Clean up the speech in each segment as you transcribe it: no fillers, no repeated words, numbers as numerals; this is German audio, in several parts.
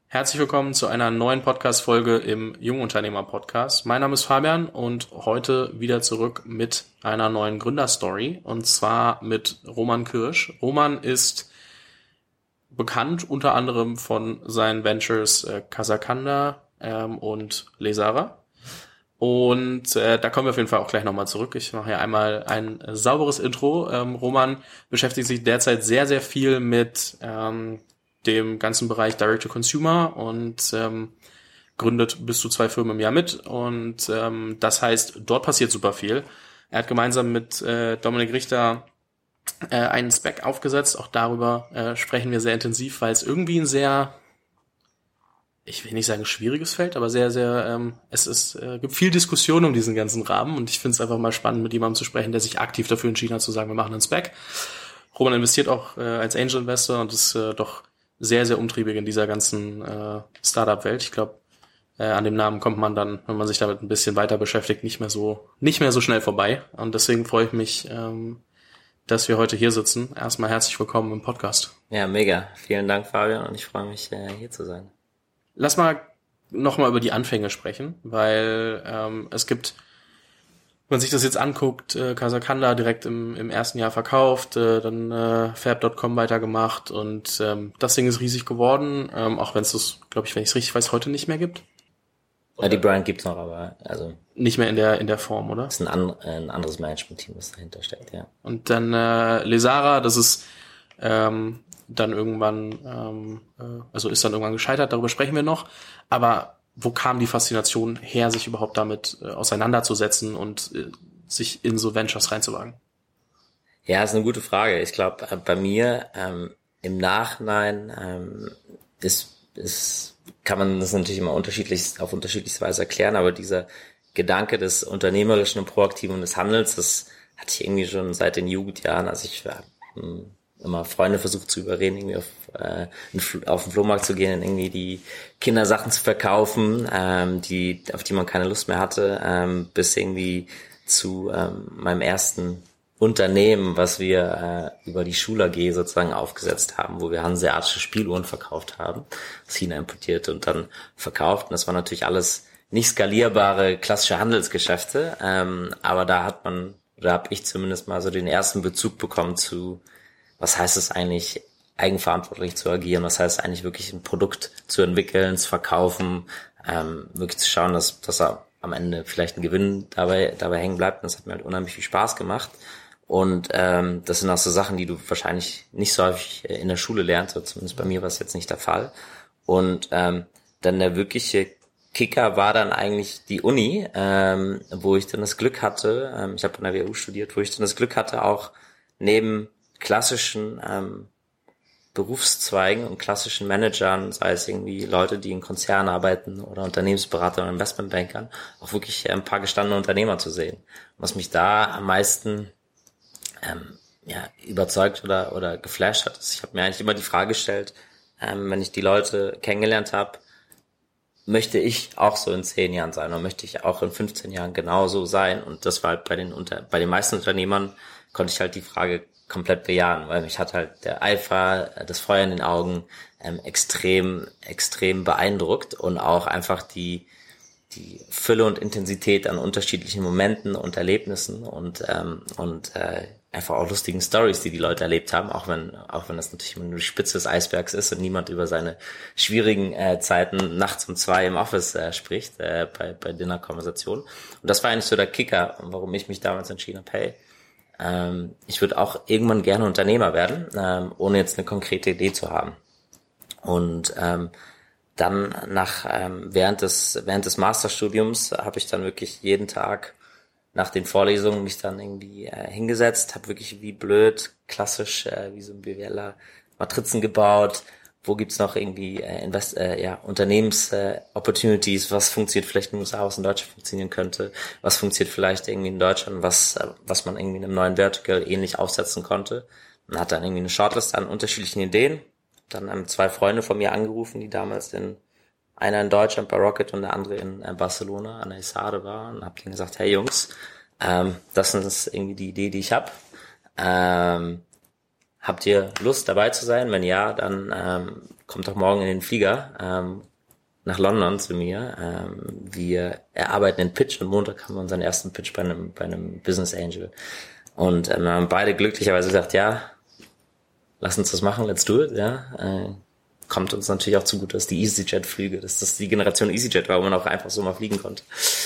Herzlich willkommen zu einer neuen Podcast-Folge im Jungunternehmer-Podcast. Mein Name ist Fabian und heute wieder zurück mit einer neuen Gründerstory und zwar mit Roman Kirsch. Roman ist bekannt unter anderem von seinen Ventures Casacanda und Lesara. Und da kommen wir auf jeden Fall auch gleich nochmal zurück. Ich mache hier einmal ein sauberes Intro. Roman beschäftigt sich derzeit sehr, sehr viel mit dem ganzen Bereich Direct-to-Consumer und gründet bis zu 2 Firmen im Jahr mit. Und das heißt, dort passiert super viel. Er hat gemeinsam mit Dominik Richter einen Spec aufgesetzt. Auch darüber sprechen wir sehr intensiv, weil es irgendwie ein sehr, ich will nicht sagen schwieriges Feld, aber sehr, sehr, gibt viel Diskussion um diesen ganzen Rahmen und ich finde es einfach mal spannend, mit jemandem zu sprechen, der sich aktiv dafür entschieden hat, zu sagen, wir machen einen Spec. Roman investiert auch als Angel Investor und ist doch sehr, sehr umtriebig in dieser ganzen Startup-Welt. Ich glaube, an dem Namen kommt man dann, wenn man sich damit ein bisschen weiter beschäftigt, nicht mehr so schnell vorbei. Und deswegen freue ich mich, dass wir heute hier sitzen. Erstmal herzlich willkommen im Podcast. Ja, mega. Vielen Dank, Fabian, und ich freue mich, hier zu sein. Lass mal nochmal über die Anfänge sprechen, weil es gibt, wenn man sich das jetzt anguckt, Casacanda direkt im ersten Jahr verkauft, dann Fab.com weitergemacht und das Ding ist riesig geworden, auch wenn es das, glaube ich, wenn ich es richtig weiß, heute nicht mehr gibt. Ja, die Brand gibt's noch, aber also nicht mehr in der Form, oder? ist ein anderes Management-Team, das dahinter steckt, ja. Und dann Lesara, das ist dann irgendwann, also ist dann irgendwann gescheitert, darüber sprechen wir noch, aber wo kam die Faszination her, sich überhaupt damit auseinanderzusetzen und sich in so Ventures reinzuwagen? Ja, ist eine gute Frage. Ich glaube, bei mir im Nachhinein kann man das natürlich immer auf unterschiedlichste Weise erklären, aber dieser Gedanke des Unternehmerischen und Proaktiven und des Handelns, das hatte ich irgendwie schon seit den Jugendjahren. Also ich immer Freunde versucht zu überreden, irgendwie auf den Flohmarkt zu gehen und irgendwie die Kindersachen zu verkaufen, auf die man keine Lust mehr hatte, bis irgendwie zu meinem ersten Unternehmen, was wir über die Schul AG sozusagen aufgesetzt haben, wo wir hanseatische Spieluhren verkauft haben, aus China importiert und dann verkauft. Und das war natürlich alles nicht skalierbare klassische Handelsgeschäfte, aber da habe ich zumindest mal so den ersten Bezug bekommen zu, was heißt es eigentlich, eigenverantwortlich zu agieren, was heißt es eigentlich wirklich ein Produkt zu entwickeln, zu verkaufen, wirklich zu schauen, dass am Ende vielleicht ein Gewinn dabei hängen bleibt. Und das hat mir halt unheimlich viel Spaß gemacht. Und das sind auch so Sachen, die du wahrscheinlich nicht so häufig in der Schule lernst, oder zumindest bei mir war es jetzt nicht der Fall. Und dann der wirkliche Kicker war dann eigentlich die Uni, wo ich dann das Glück hatte, ich habe an der WHU studiert, wo ich dann das Glück hatte, auch neben klassischen Berufszweigen und klassischen Managern, sei es irgendwie Leute, die in Konzernen arbeiten oder Unternehmensberater oder Investmentbankern, auch wirklich ein paar gestandene Unternehmer zu sehen. Was mich da am meisten überzeugt oder geflasht hat, ist, ich habe mir eigentlich immer die Frage gestellt, wenn ich die Leute kennengelernt habe, möchte ich auch so in 10 Jahren sein oder möchte ich auch in 15 Jahren genauso sein? Und das war halt bei den meisten Unternehmern konnte ich halt die Frage komplett bejahen, weil mich hat halt der Eifer, das Feuer in den Augen extrem, extrem beeindruckt und auch einfach die Fülle und Intensität an unterschiedlichen Momenten und Erlebnissen und einfach auch lustigen Stories, die Leute erlebt haben, auch wenn das natürlich immer nur die Spitze des Eisbergs ist und niemand über seine schwierigen Zeiten nachts um 2 im Office spricht, bei Dinnerkonversationen. Und das war eigentlich so der Kicker, warum ich mich damals entschieden habe, hey, ich würde auch irgendwann gerne Unternehmer werden, ohne jetzt eine konkrete Idee zu haben. Und dann während des Masterstudiums habe ich dann wirklich jeden Tag nach den Vorlesungen mich dann irgendwie hingesetzt, habe wirklich wie blöd, klassisch, wie so ein BWLer, Matrizen gebaut. Wo gibt's noch irgendwie Unternehmens-Opportunities, was funktioniert vielleicht in den USA, was in Deutschland funktionieren könnte, was funktioniert vielleicht irgendwie in Deutschland, was man irgendwie in einem neuen Vertical ähnlich aufsetzen konnte. Man hat dann irgendwie eine Shortlist an unterschiedlichen Ideen. Dann haben 2 Freunde von mir angerufen, die damals einer in Deutschland bei Rocket und der andere in Barcelona an der ISADE war, und habe denen gesagt, hey Jungs, das ist irgendwie die Idee, die ich habe. habt ihr Lust dabei zu sein? Wenn ja, dann kommt doch morgen in den Flieger nach London zu mir. Wir erarbeiten den Pitch und Montag haben wir unseren ersten Pitch bei einem Business Angel. Und wir haben beide glücklicherweise gesagt, ja, lass uns das machen, let's do it, ja. Kommt uns natürlich auch zugute, dass die EasyJet-Flüge, dass das die Generation EasyJet war, wo man auch einfach so mal fliegen konnte.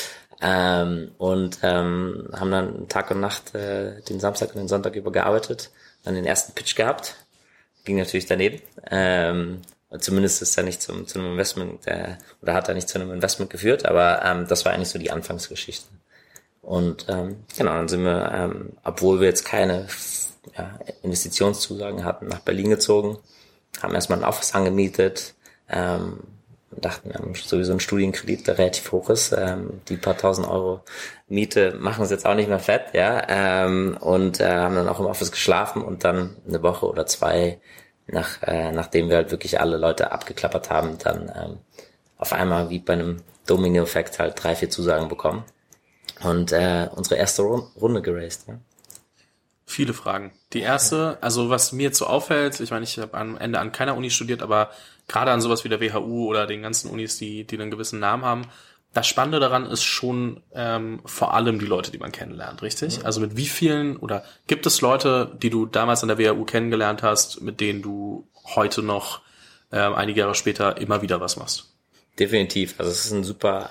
Und haben dann Tag und Nacht den Samstag und den Sonntag über gearbeitet, dann den ersten Pitch gehabt, ging natürlich daneben. Zumindest ist er nicht zu einem Investment, oder hat er nicht zu einem Investment geführt, aber das war eigentlich so die Anfangsgeschichte. Und genau, dann sind wir, obwohl wir jetzt keine Investitionszusagen hatten, nach Berlin gezogen, haben erstmal ein Office angemietet, dachten, wir haben sowieso einen Studienkredit, der relativ hoch ist, die paar tausend Euro Miete machen uns jetzt auch nicht mehr fett, ja, und haben dann auch im Office geschlafen und dann eine Woche oder zwei, nachdem wir halt wirklich alle Leute abgeklappert haben, dann auf einmal wie bei einem Domino-Effekt halt 3-4 Zusagen bekommen und unsere erste Runde geraced, ja. Viele Fragen. Die erste, also was mir jetzt so auffällt, ich meine, ich habe am Ende an keiner Uni studiert, aber gerade an sowas wie der WHU oder den ganzen Unis, die einen gewissen Namen haben, das Spannende daran ist schon vor allem die Leute, die man kennenlernt, richtig? Mhm. Also mit wie vielen, oder gibt es Leute, die du damals an der WHU kennengelernt hast, mit denen du heute noch einige Jahre später immer wieder was machst? Definitiv. Also es ist ein super,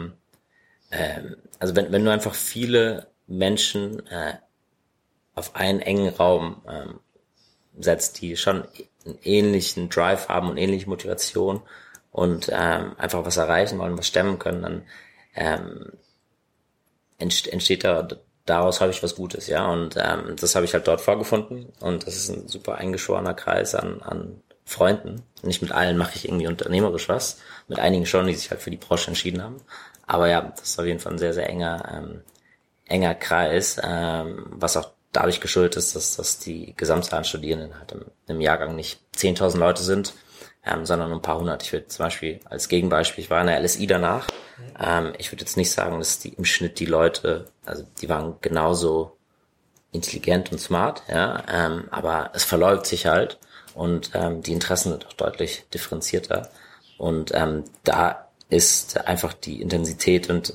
also wenn du einfach viele Menschen auf einen engen Raum setzt, die schon einen ähnlichen Drive haben und ähnliche Motivation und einfach was erreichen wollen, was stemmen können, dann entsteht daraus habe ich was Gutes, ja, und das habe ich halt dort vorgefunden und das ist ein super eingeschworener Kreis an Freunden. Nicht mit allen mache ich irgendwie unternehmerisch was, mit einigen schon, die sich halt für die Branche entschieden haben, aber ja, das ist auf jeden Fall ein sehr, sehr enger Kreis, was auch dadurch geschuldet ist, dass die Gesamtzahl an Studierenden halt im Jahrgang nicht 10.000 Leute sind, sondern ein paar hundert. Ich würde zum Beispiel als Gegenbeispiel, ich war in der LSI danach, ich würde jetzt nicht sagen, dass im Schnitt die Leute, also die waren genauso intelligent und smart, ja, aber es verläuft sich halt und die Interessen sind auch deutlich differenzierter und da ist einfach die Intensität und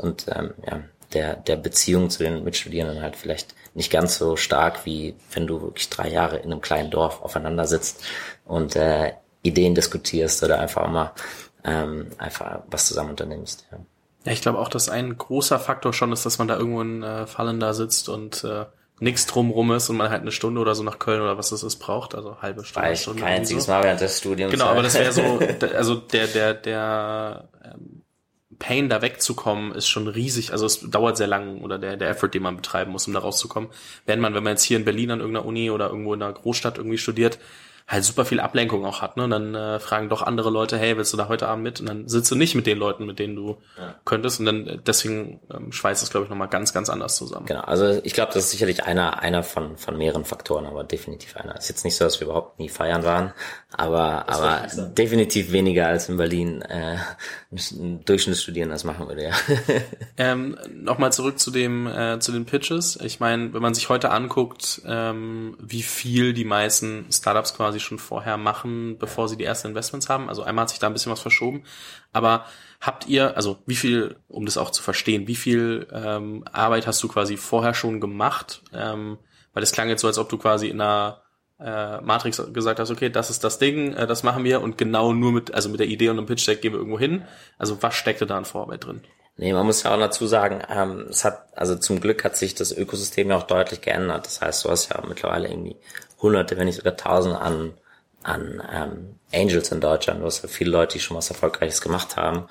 der Beziehung zu den Mitstudierenden halt vielleicht nicht ganz so stark, wie wenn du wirklich 3 Jahre in einem kleinen Dorf aufeinander sitzt und Ideen diskutierst oder einfach mal einfach was zusammen unternimmst. Ja. Ja, ich glaube auch, dass ein großer Faktor schon ist, dass man da irgendwo in Fallen da sitzt und nichts drumrum ist und man halt eine Stunde oder so nach Köln oder was das ist braucht, also halbe Stunde. War ich kein einziges Mal während des Studiums. Genau, aber das wäre so, also der Pain, da wegzukommen, ist schon riesig. Also es dauert sehr lang oder der Effort, den man betreiben muss, um da rauszukommen. Wenn man jetzt hier in Berlin an irgendeiner Uni oder irgendwo in einer Großstadt irgendwie studiert, halt super viel Ablenkung auch hat, ne? Und dann fragen doch andere Leute, hey, willst du da heute Abend mit? Und dann sitzt du nicht mit den Leuten, mit denen du könntest. Und dann deswegen schweißt es, glaube ich, nochmal ganz, ganz anders zusammen. Genau, also ich glaube, das ist sicherlich einer von mehreren Faktoren, aber definitiv einer. Ist jetzt nicht so, dass wir überhaupt nie feiern waren, aber definitiv weniger als in Berlin ein Durchschnittsstudierender das machen würde, ja. Nochmal zurück zu den Pitches. Ich meine, wenn man sich heute anguckt, wie viel die meisten Startups quasi schon vorher machen, bevor sie die ersten Investments haben. Also einmal hat sich da ein bisschen was verschoben. Aber habt ihr, also wie viel, um das auch zu verstehen, wie viel Arbeit hast du quasi vorher schon gemacht? Weil das klang jetzt so, als ob du quasi in einer Matrix gesagt hast, okay, das ist das Ding, das machen wir und genau nur mit der Idee und einem Pitch-Deck gehen wir irgendwo hin. Also was steckte da an Vorarbeit drin? Nee, man muss ja auch dazu sagen, zum Glück hat sich das Ökosystem ja auch deutlich geändert. Das heißt, du hast ja mittlerweile irgendwie Hunderte, wenn nicht sogar Tausende an Angels in Deutschland. Du hast ja viele Leute, die schon was Erfolgreiches gemacht haben.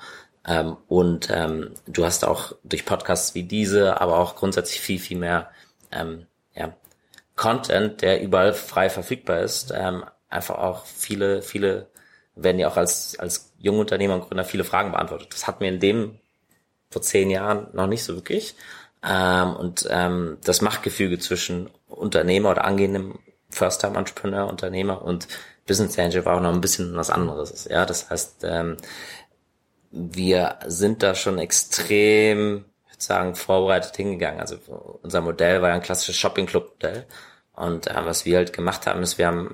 Du hast auch durch Podcasts wie diese, aber auch grundsätzlich viel, viel mehr Content, der überall frei verfügbar ist. Einfach auch viele werden ja auch als junge Unternehmer und Gründer viele Fragen beantwortet. Das hat mir vor 10 Jahren noch nicht so wirklich. Das Machtgefüge zwischen Unternehmer oder angehendem First-Time-Entrepreneur, Unternehmer und Business Angel war auch noch ein bisschen was anderes. Ja, das heißt, wir sind da schon extrem, ich würde sagen, vorbereitet hingegangen. Also unser Modell war ja ein klassisches Shopping-Club-Modell. Und was wir halt gemacht haben, ist, wir haben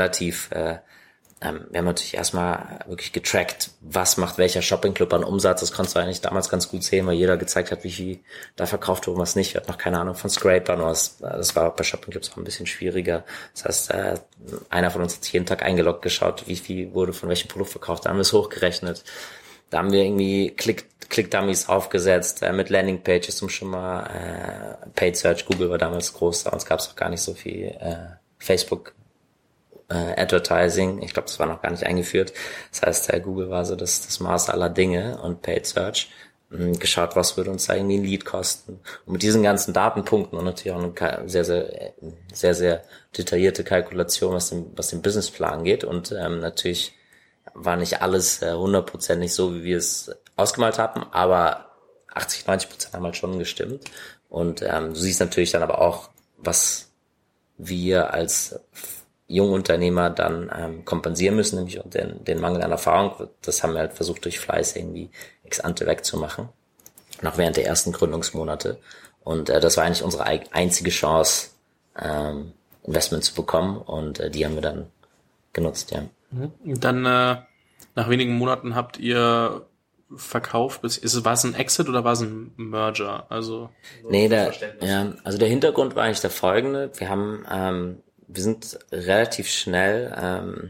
wir haben natürlich erstmal wirklich getrackt, was macht welcher Shoppingclub an Umsatz. Das konntest du eigentlich damals ganz gut sehen, weil jeder gezeigt hat, wie viel da verkauft wurde und was nicht. Wir hatten noch keine Ahnung von Scrapern. Das war bei Shoppingclubs auch ein bisschen schwieriger. Das heißt, einer von uns hat sich jeden Tag eingeloggt, geschaut, wie viel wurde von welchem Produkt verkauft. Da haben wir es hochgerechnet. Da haben wir irgendwie Click-Dummies aufgesetzt mit Landingpages, um schon mal Paid Search. Google war damals groß, damals gab es auch gar nicht so viel Facebook Advertising. Ich glaube, das war noch gar nicht eingeführt. Das heißt, Google war so das Maß aller Dinge und Paid Search. Geschaut, was würde uns da irgendwie ein Lead kosten. Und mit diesen ganzen Datenpunkten und natürlich auch eine sehr detaillierte Kalkulation, was den Businessplan geht. Und natürlich war nicht alles 100% so, wie wir es ausgemalt haben, aber 80-90% haben halt schon gestimmt. Und du siehst natürlich dann aber auch, was wir als Jungunternehmer dann kompensieren müssen, nämlich den Mangel an Erfahrung. Das haben wir halt versucht, durch Fleiß irgendwie ex ante wegzumachen, noch während der ersten Gründungsmonate. Und das war eigentlich unsere einzige Chance, Investment zu bekommen, und die haben wir dann genutzt, ja. Und dann nach wenigen Monaten habt ihr verkauft, war es ein Exit oder war es ein Merger? Also der Hintergrund war eigentlich der folgende. Wir sind relativ schnell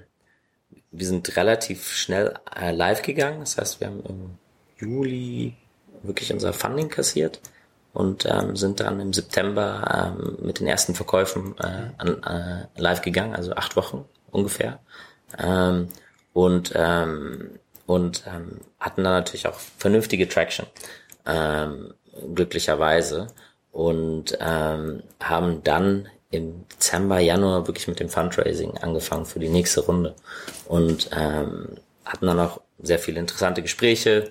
live gegangen. Das heißt, wir haben im Juli wirklich unser Funding kassiert und sind dann im September mit den ersten Verkäufen live gegangen, also 8 Wochen ungefähr. Und hatten dann natürlich auch vernünftige Traction, glücklicherweise, und haben dann im Dezember, Januar wirklich mit dem Fundraising angefangen für die nächste Runde und hatten dann auch sehr viele interessante Gespräche,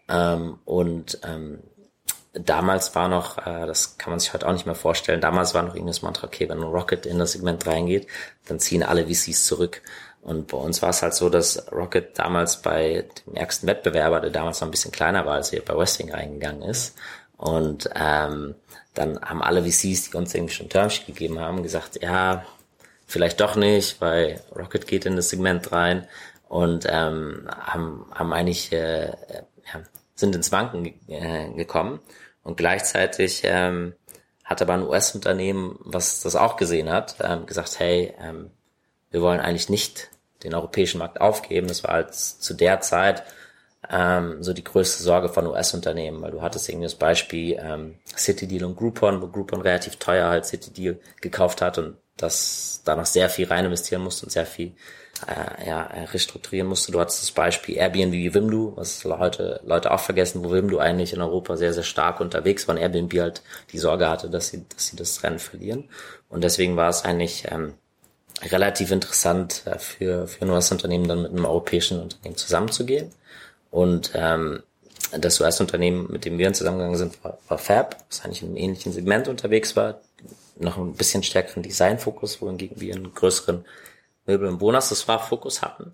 damals war noch, das kann man sich heute auch nicht mehr vorstellen, damals war noch irgendwie das Mantra, okay, wenn Rocket in das Segment reingeht, dann ziehen alle VCs zurück. Und bei uns war es halt so, dass Rocket damals bei dem ärgsten Wettbewerber, der damals noch ein bisschen kleiner war, als wir bei Westwing reingegangen ist. Und dann haben alle VCs, die uns irgendwie schon Termsheet gegeben haben, gesagt, ja, vielleicht doch nicht, weil Rocket geht in das Segment rein, und haben eigentlich sind ins Wanken gekommen. Und gleichzeitig hat aber ein US-Unternehmen, was das auch gesehen hat, gesagt, hey, wir wollen eigentlich nicht den europäischen Markt aufgeben. Das war halt zu der Zeit so die größte Sorge von US-Unternehmen, weil du hattest irgendwie das Beispiel CityDeal und Groupon, wo Groupon relativ teuer halt CityDeal gekauft hat und das da noch sehr viel rein investieren musste und sehr viel restrukturieren musste. Du hattest das Beispiel Airbnb wie Wimdu, was Leute auch vergessen, wo Wimdu eigentlich in Europa sehr, sehr stark unterwegs war und Airbnb halt die Sorge hatte, dass sie das Rennen verlieren. Und deswegen war es eigentlich relativ interessant für ein US-Unternehmen dann mit einem europäischen Unternehmen zusammenzugehen. Und das US-Unternehmen, mit dem wir zusammengegangen sind, war Fab, was eigentlich in einem ähnlichen Segment unterwegs war, noch ein bisschen stärkeren Designfokus, wohingegen wir einen größeren Möbel- und Wohnaccessoire-Fokus hatten.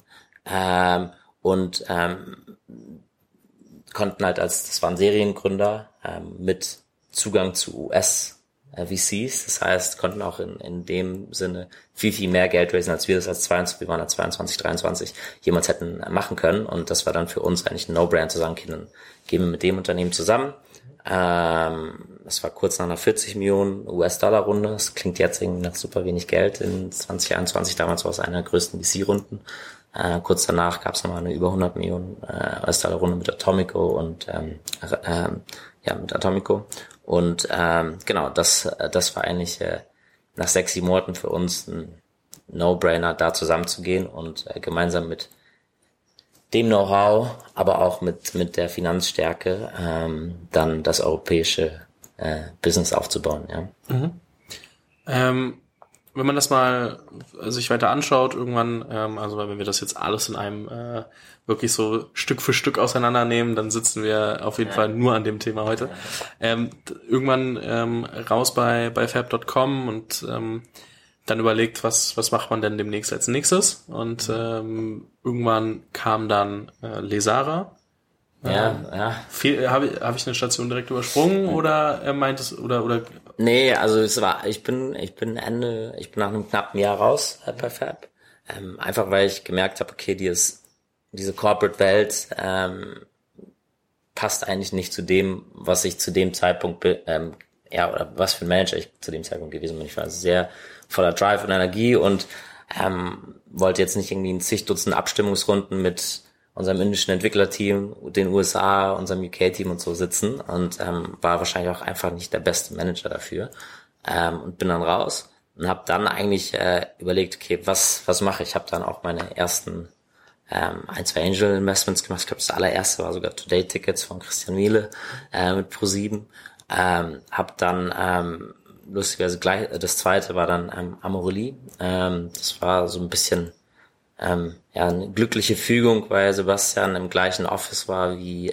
Konnten halt das waren Seriengründer mit Zugang zu US-VCs, das heißt, konnten auch in dem Sinne viel mehr Geld raisen, als wir das wir waren 22, 23, jemals hätten machen können. Und das war dann für uns eigentlich ein No-Brainer zu sagen, okay, dann gehen wir mit dem Unternehmen zusammen. Das war kurz nach einer 40 Millionen US-Dollar-Runde. Das klingt jetzt irgendwie nach super wenig Geld in 2021. Damals war es eine der größten VC-Runden. Kurz danach gab es nochmal eine über 100 Millionen US-Dollar-Runde mit Atomico und mit Atomico. Und genau, das war eigentlich nach 6-7 Monaten für uns ein No-Brainer, da zusammenzugehen und gemeinsam mit dem Know-how, aber auch mit der Finanzstärke dann das europäische Business aufzubauen. Ja. Mhm. Wenn man das mal sich weiter anschaut, irgendwann, wenn wir das jetzt alles in einem wirklich so Stück für Stück auseinandernehmen, dann sitzen wir auf jeden Fall nur an dem Thema heute. Irgendwann raus bei Fab.com und dann überlegt, was macht man denn demnächst als nächstes? Und irgendwann kam dann Lesara. Habe ich eine Station direkt übersprungen oder meintest oder Nee, also ich bin nach einem knappen Jahr raus bei Fab. Einfach weil ich gemerkt habe, okay, diese Corporate-Welt passt eigentlich nicht zu dem, was ich zu dem Zeitpunkt oder was für ein Manager ich zu dem Zeitpunkt gewesen bin. Ich war sehr voller Drive und Energie und wollte jetzt nicht irgendwie in zig Dutzend Abstimmungsrunden mit unserem indischen Entwicklerteam, den USA, unserem UK-Team und so sitzen und war wahrscheinlich auch einfach nicht der beste Manager dafür und bin dann raus und habe dann eigentlich überlegt, okay, was mache ich? Ich habe dann auch meine ersten 2 Angel Investments gemacht. Ich glaube, das allererste war sogar Today Tickets von Christian Miele mit Pro7. Hab dann lustigerweise gleich, das zweite war dann Amorelie. Das war so ein bisschen eine glückliche Fügung, weil Sebastian im gleichen Office war wie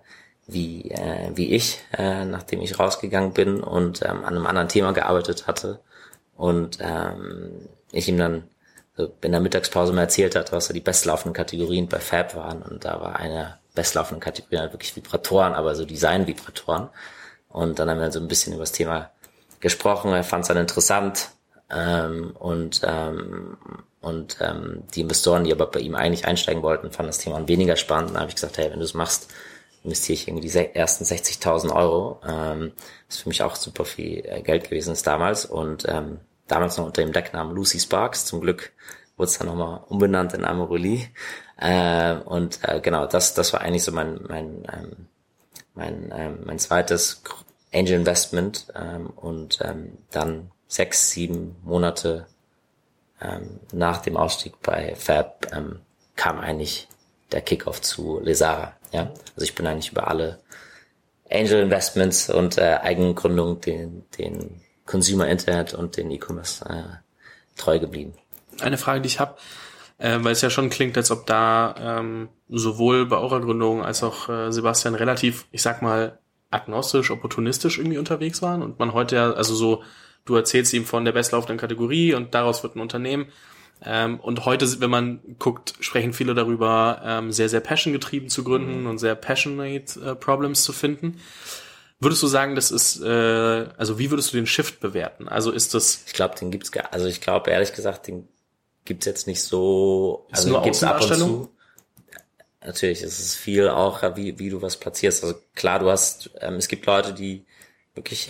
ich, nachdem ich rausgegangen bin und an einem anderen Thema gearbeitet hatte und ich ihm dann so in der Mittagspause mal erzählt hat, was so die bestlaufenden Kategorien bei Fab waren, und da war eine bestlaufenden Kategorie halt wirklich Vibratoren, aber so Design-Vibratoren, und dann haben wir so ein bisschen über das Thema gesprochen. Er fand es dann interessant und die Investoren, die aber bei ihm eigentlich einsteigen wollten, fanden das Thema weniger spannend. Dann habe ich gesagt, hey, wenn du es machst, investiere ich irgendwie die ersten 60.000 Euro. Das für mich auch super viel Geld gewesen ist damals, und damals noch unter dem Decknamen Lucy Sparks. Zum Glück wurde es dann nochmal umbenannt in Amorelie. Genau, das war eigentlich so mein zweites Angel Investment, dann 6-7 Monate nach dem Ausstieg bei Fab kam eigentlich der Kickoff zu Lesara. Ja, also ich bin eigentlich über alle Angel Investments und Eigengründung den Consumer Internet und den E-Commerce treu geblieben. Eine Frage, die ich habe, weil es ja schon klingt, als ob da sowohl bei eurer Gründung als auch Sebastian relativ, ich sag mal, agnostisch, opportunistisch irgendwie unterwegs waren, und man heute ja, also so, du erzählst ihm von der bestlaufenden Kategorie und daraus wird ein Unternehmen. Und heute, wenn man guckt, sprechen viele darüber, sehr, sehr passion-getrieben zu gründen und sehr passionate Problems zu finden. Würdest du sagen, das ist, also wie würdest du den Shift bewerten? Also ist das... Ich glaube, den gibt's gar, also ich glaube, ehrlich gesagt, den gibt's jetzt nicht so, also nur gibt's ab und Außendarstellung? zu. Natürlich, es ist viel auch, wie du was platzierst. Also klar, du hast, es gibt Leute, die wirklich,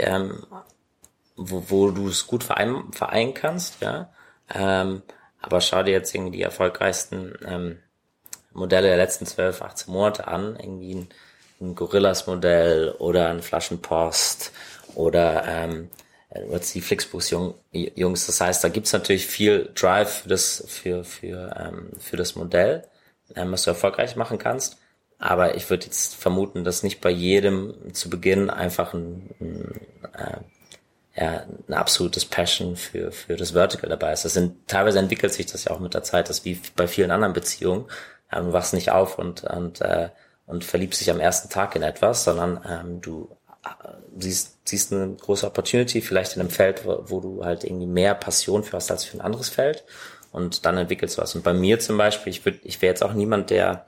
wo du es gut vereinen kannst, ja. Aber schau dir jetzt irgendwie die erfolgreichsten Modelle der letzten 12, 18 Monate an. Irgendwie ein Gorillas-Modell oder ein Flaschenpost oder die Flixbus-Jungs. Das heißt, da gibt's natürlich viel Drive für das Modell, was du erfolgreich machen kannst. Aber ich würde jetzt vermuten, dass nicht bei jedem zu Beginn einfach ein absolutes Passion für das Vertical dabei ist. Teilweise entwickelt sich das ja auch mit der Zeit, das wie bei vielen anderen Beziehungen. Du wachst nicht auf und verliebst dich am ersten Tag in etwas, sondern du siehst eine große Opportunity, vielleicht in einem Feld, wo du halt irgendwie mehr Passion für hast als für ein anderes Feld, und dann entwickelst du was. Und bei mir zum Beispiel, ich wäre jetzt auch niemand, der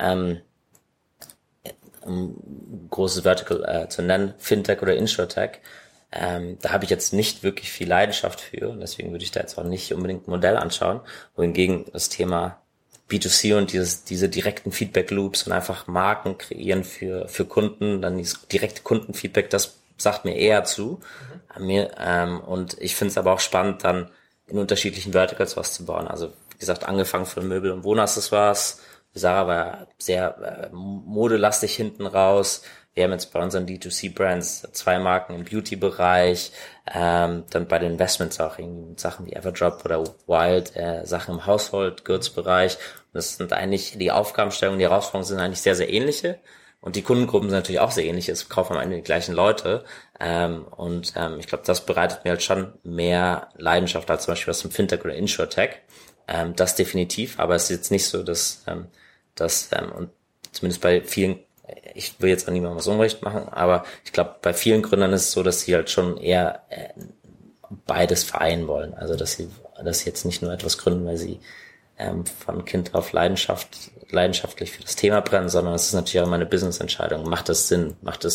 ein großes Vertical zu nennen, Fintech oder Insurtech, da habe ich jetzt nicht wirklich viel Leidenschaft für, und deswegen würde ich da jetzt auch nicht unbedingt ein Modell anschauen, wohingegen das Thema B2C und diese direkten Feedback-Loops und einfach Marken kreieren für Kunden, dann dieses direkte Kundenfeedback, das sagt mir eher zu. Und ich finde es aber auch spannend, dann in unterschiedlichen Verticals was zu bauen. Also wie gesagt, angefangen von Möbel und Wohnaccessoires. Sarah war sehr modelastig hinten raus. Wir haben jetzt bei unseren D2C-Brands 2 Marken im Beauty-Bereich, dann bei den Investments auch irgendwie Sachen wie Everdrop oder Wild, Sachen im Household-Goods-Bereich. Und das sind eigentlich die Aufgabenstellungen, die Herausforderungen sind eigentlich sehr, sehr ähnliche. Und die Kundengruppen sind natürlich auch sehr ähnlich. Es kaufen am Ende die gleichen Leute. Ich glaube, das bereitet mir halt schon mehr Leidenschaft als zum Beispiel was im Fintech oder Insurtech. Das definitiv, aber es ist jetzt nicht so, dass und zumindest bei vielen, ich will jetzt auch niemandem was Unrecht machen, aber ich glaube, bei vielen Gründern ist es so, dass sie halt schon eher beides vereinen wollen. Also dass sie jetzt nicht nur etwas gründen, weil sie von Kind auf leidenschaftlich für das Thema brennen, sondern es ist natürlich auch immer eine Business-Entscheidung. Macht das Sinn? Macht es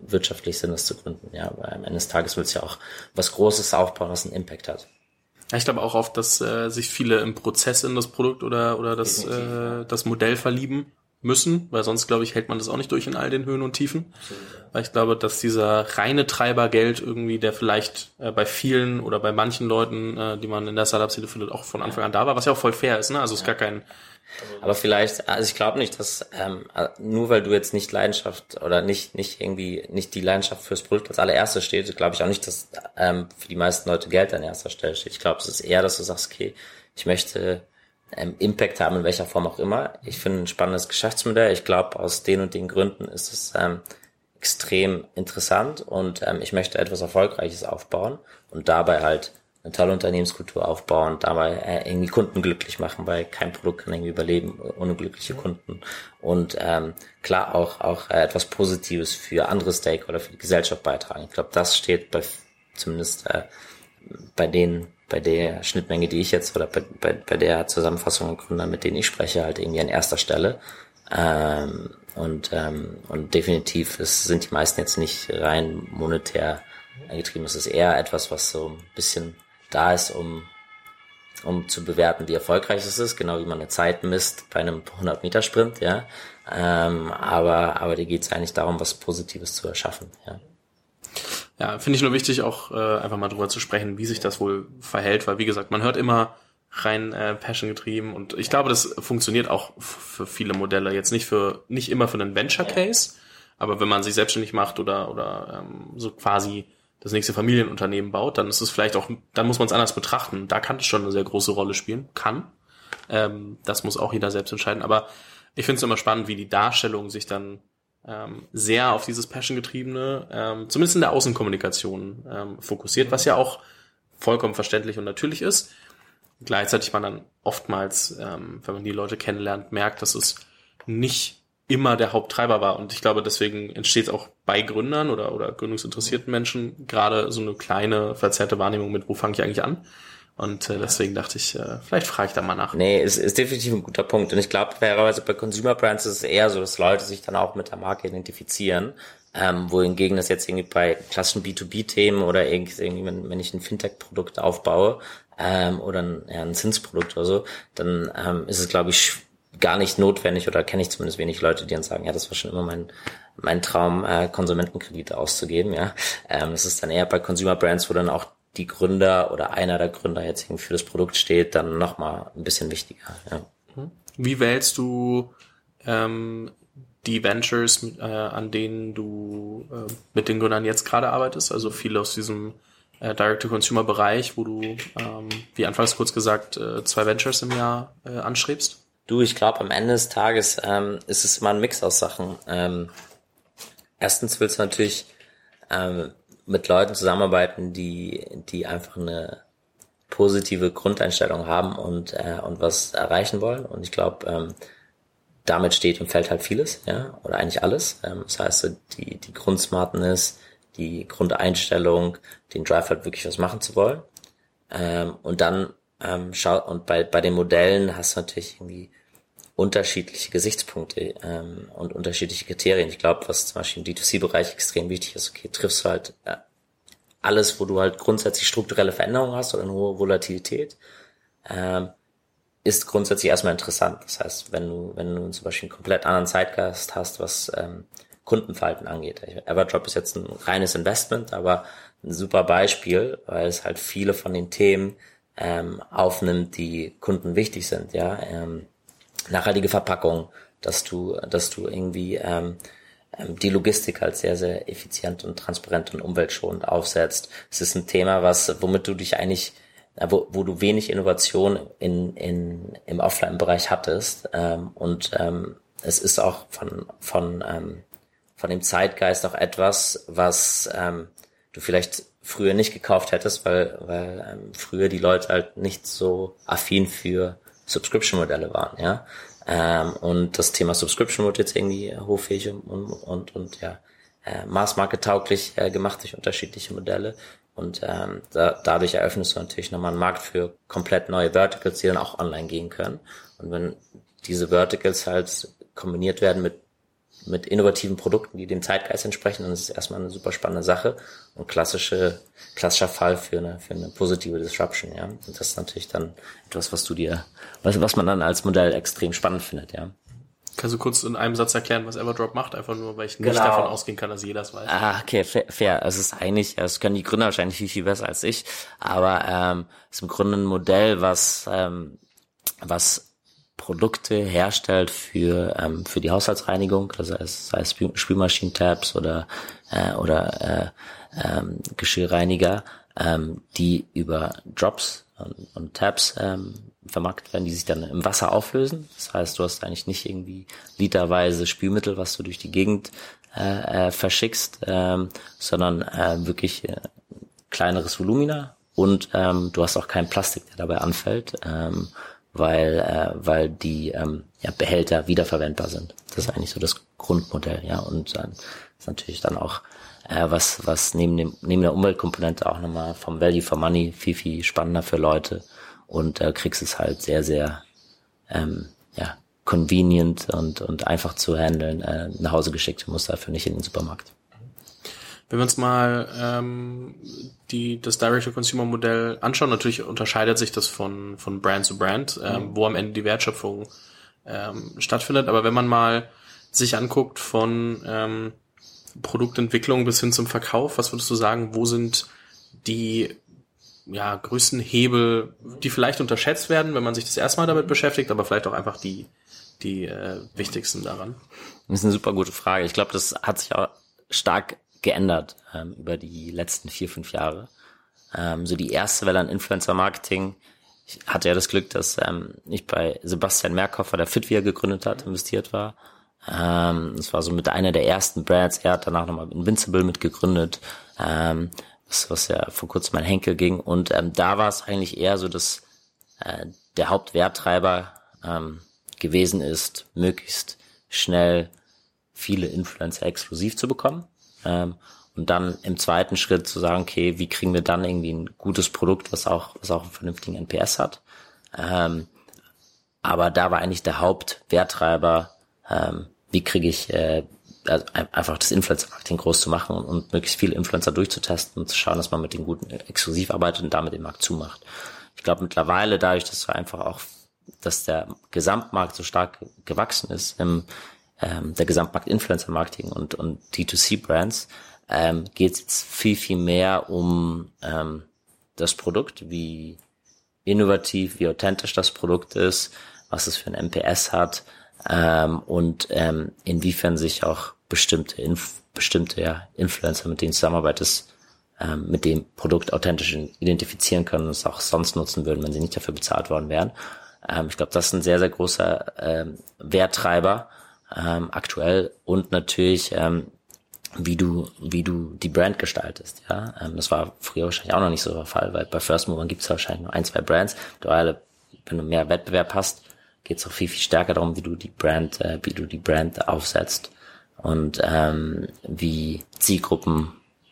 wirtschaftlich Sinn, das zu gründen. Ja, weil am Ende des Tages willst du ja auch was Großes aufbauen, was einen Impact hat. Ja, ich glaube auch oft, dass sich viele im Prozess in das Produkt oder das Modell verlieben müssen, weil sonst, glaube ich, hält man das auch nicht durch in all den Höhen und Tiefen. Weil ich glaube, dass dieser reine Treibergeld irgendwie, der vielleicht bei vielen oder bei manchen Leuten, die man in der Startup-Szene findet, auch von Anfang an da war, was ja auch voll fair ist, ne? Also es ist gar kein... Aber vielleicht, also ich glaube nicht, dass nur weil du jetzt nicht Leidenschaft oder nicht die Leidenschaft fürs Produkt als allererstes steht, glaube ich auch nicht, dass für die meisten Leute Geld an erster Stelle steht. Ich glaube, es ist eher, dass du sagst, okay, ich möchte Impact haben, in welcher Form auch immer. Ich finde ein spannendes Geschäftsmodell. Ich glaube, aus den und den Gründen ist es extrem interessant und ich möchte etwas Erfolgreiches aufbauen und dabei halt eine tolle Unternehmenskultur aufbauen, dabei irgendwie Kunden glücklich machen, weil kein Produkt kann irgendwie überleben ohne glückliche Kunden und klar auch etwas Positives für andere Stakeholder, für die Gesellschaft beitragen. Ich glaube, das steht zumindest bei der Schnittmenge, die ich jetzt oder bei der Zusammenfassung der Gründer, mit denen ich spreche, halt irgendwie an erster Stelle. Und definitiv sind die meisten jetzt nicht rein monetär getrieben. Es ist eher etwas, was so ein bisschen da ist, um zu bewerten, wie erfolgreich es ist, genau wie man eine Zeit misst bei einem 100-Meter-Sprint, ja. Aber dir geht es eigentlich darum, was Positives zu erschaffen, ja. Ja, finde ich nur wichtig, auch einfach mal drüber zu sprechen, wie sich das wohl verhält, weil wie gesagt, man hört immer rein Passion getrieben und ich glaube, das funktioniert auch für viele Modelle, jetzt nicht immer für einen Venture Case, aber wenn man sich selbstständig macht oder so quasi das nächste Familienunternehmen baut, dann ist es vielleicht auch, dann muss man es anders betrachten. Da kann es schon eine sehr große Rolle spielen. Das muss auch jeder selbst entscheiden. Aber ich finde es immer spannend, wie die Darstellung sich dann sehr auf dieses Passion-getriebene, zumindest in der Außenkommunikation fokussiert, was ja auch vollkommen verständlich und natürlich ist. Gleichzeitig man dann oftmals, wenn man die Leute kennenlernt, merkt, dass es nicht immer der Haupttreiber war. Und ich glaube, deswegen entsteht auch bei Gründern oder gründungsinteressierten Menschen gerade so eine kleine, verzerrte Wahrnehmung mit, wo fange ich eigentlich an? Und deswegen dachte ich, vielleicht frage ich da mal nach. Nee, ist definitiv ein guter Punkt. Und ich glaube, fairerweise bei Consumer Brands ist es eher so, dass Leute sich dann auch mit der Marke identifizieren. Wohingegen das jetzt irgendwie bei klassischen B2B-Themen oder irgendwie, wenn ich ein Fintech-Produkt aufbaue oder ein Zinsprodukt oder so, dann ist es, glaube ich, gar nicht notwendig oder kenne ich zumindest wenig Leute, die dann sagen, ja, das war schon immer mein Traum, Konsumentenkredite auszugeben. Ja, das ist dann eher bei Consumer Brands, wo dann auch die Gründer oder einer der Gründer jetzt irgendwie für das Produkt steht, dann nochmal ein bisschen wichtiger. Ja. Wie wählst du die Ventures, an denen du mit den Gründern jetzt gerade arbeitest? Also viele aus diesem Direct-to-Consumer-Bereich, wo du, wie anfangs kurz gesagt, 2 Ventures im Jahr anstrebst? Du, ich glaube, am Ende des Tages ist es immer ein Mix aus Sachen. Erstens willst du natürlich mit Leuten zusammenarbeiten, die einfach eine positive Grundeinstellung haben und was erreichen wollen. Und ich glaube, damit steht und fällt halt vieles, ja, oder eigentlich alles. Das heißt, so die Grundsmartness, die Grundeinstellung, den Drive halt wirklich was machen zu wollen. Und dann und bei den Modellen hast du natürlich irgendwie unterschiedliche Gesichtspunkte und unterschiedliche Kriterien. Ich glaube, was zum Beispiel im D2C-Bereich extrem wichtig ist, okay, triffst du halt alles, wo du halt grundsätzlich strukturelle Veränderungen hast oder eine hohe Volatilität, ist grundsätzlich erstmal interessant. Das heißt, wenn du zum Beispiel einen komplett anderen Zeitgeist hast, was Kundenverhalten angeht. Everdrop ist jetzt ein reines Investment, aber ein super Beispiel, weil es halt viele von den Themen aufnimmt, die Kunden wichtig sind, ja. Nachhaltige Verpackung, dass du irgendwie die Logistik halt sehr, sehr effizient und transparent und umweltschonend aufsetzt. Es ist ein Thema, womit du dich eigentlich, wo du wenig Innovation im Offline-Bereich hattest. Es ist auch von dem Zeitgeist auch etwas, was du vielleicht früher nicht gekauft hättest, weil früher die Leute halt nicht so affin für Subscription-Modelle waren, ja. Und das Thema Subscription wird jetzt irgendwie hochfähig und massmarkettauglich gemacht durch unterschiedliche Modelle. Und dadurch eröffnest du natürlich nochmal einen Markt für komplett neue Verticals, die dann auch online gehen können. Und wenn diese Verticals halt kombiniert werden mit mit innovativen Produkten, die dem Zeitgeist entsprechen, und das ist erstmal eine super spannende Sache und klassischer Fall für eine positive Disruption, ja. Und das ist natürlich dann etwas, was man dann als Modell extrem spannend findet, ja. Kannst du kurz in einem Satz erklären, was Everdrop macht? Einfach nur, weil ich nicht davon ausgehen kann, dass jeder das weiß. Okay, fair. Es ist eigentlich, das können die Gründer wahrscheinlich viel, viel besser als ich, aber es ist im Grunde ein Modell, was Produkte herstellt für die Haushaltsreinigung, also sei es Spülmaschinen-Tabs oder Geschirrreiniger, die über Drops und Tabs vermarktet werden, die sich dann im Wasser auflösen. Das heißt, du hast eigentlich nicht irgendwie literweise Spülmittel, was du durch die Gegend verschickst, sondern wirklich kleineres Volumina, und du hast auch keinen Plastik, der dabei anfällt, weil die Behälter wiederverwendbar sind. Das ist eigentlich so das Grundmodell, ja. Und das ist natürlich dann auch was neben der Umweltkomponente auch nochmal vom Value for Money viel, viel spannender für Leute, und kriegst es halt sehr, sehr convenient und einfach zu handeln nach Hause geschickt. Du musst dafür nicht in den Supermarkt. Wenn wir uns mal das Direct-to-Consumer-Modell anschauen, natürlich unterscheidet sich das von Brand zu Brand, wo am Ende die Wertschöpfung stattfindet. Aber wenn man mal sich anguckt von Produktentwicklung bis hin zum Verkauf, was würdest du sagen, wo sind die größten Hebel, die vielleicht unterschätzt werden, wenn man sich das erste Mal damit beschäftigt, aber vielleicht auch einfach die wichtigsten daran? Das ist eine super gute Frage. Ich glaube, das hat sich auch stark geändert über die letzten 4-5 Jahre. So die erste Welle an Influencer-Marketing. Ich hatte ja das Glück, dass ich bei Sebastian Merkhofer, der Fitvia gegründet hat, investiert war. Das war so mit einer der ersten Brands. Er hat danach nochmal Invincible mitgegründet, was ja vor kurzem an Henkel ging. Und da war es eigentlich eher so, dass der Hauptwerttreiber gewesen ist, möglichst schnell viele Influencer exklusiv zu bekommen. Und dann im zweiten Schritt zu sagen, okay, wie kriegen wir dann irgendwie ein gutes Produkt, was auch einen vernünftigen NPS hat. Aber da war eigentlich der Hauptwerttreiber, wie kriege ich einfach das Influencer-Marketing groß zu machen und möglichst viele Influencer durchzutesten und zu schauen, dass man mit den guten exklusiv arbeitet und damit den Markt zumacht. Ich glaube mittlerweile, dadurch, dass der Gesamtmarkt so stark gewachsen ist, der Gesamtmarkt Influencer-Marketing und D2C-Brands, geht es jetzt viel, viel mehr um das Produkt, wie innovativ, wie authentisch das Produkt ist, was es für ein NPS hat, und inwiefern sich auch bestimmte Influencer, mit denen zusammenarbeitest, mit dem Produkt authentisch identifizieren können und es auch sonst nutzen würden, wenn sie nicht dafür bezahlt worden wären. Ich glaube, das ist ein sehr, sehr großer Werttreiber aktuell, und natürlich wie du die Brand gestaltest, ja. Das war früher wahrscheinlich auch noch nicht so der Fall, weil bei First Movern gibt es wahrscheinlich nur 1-2 Brands. Wenn du mehr Wettbewerb hast, geht es auch viel, viel stärker darum, wie du die Brand aufsetzt und wie Zielgruppen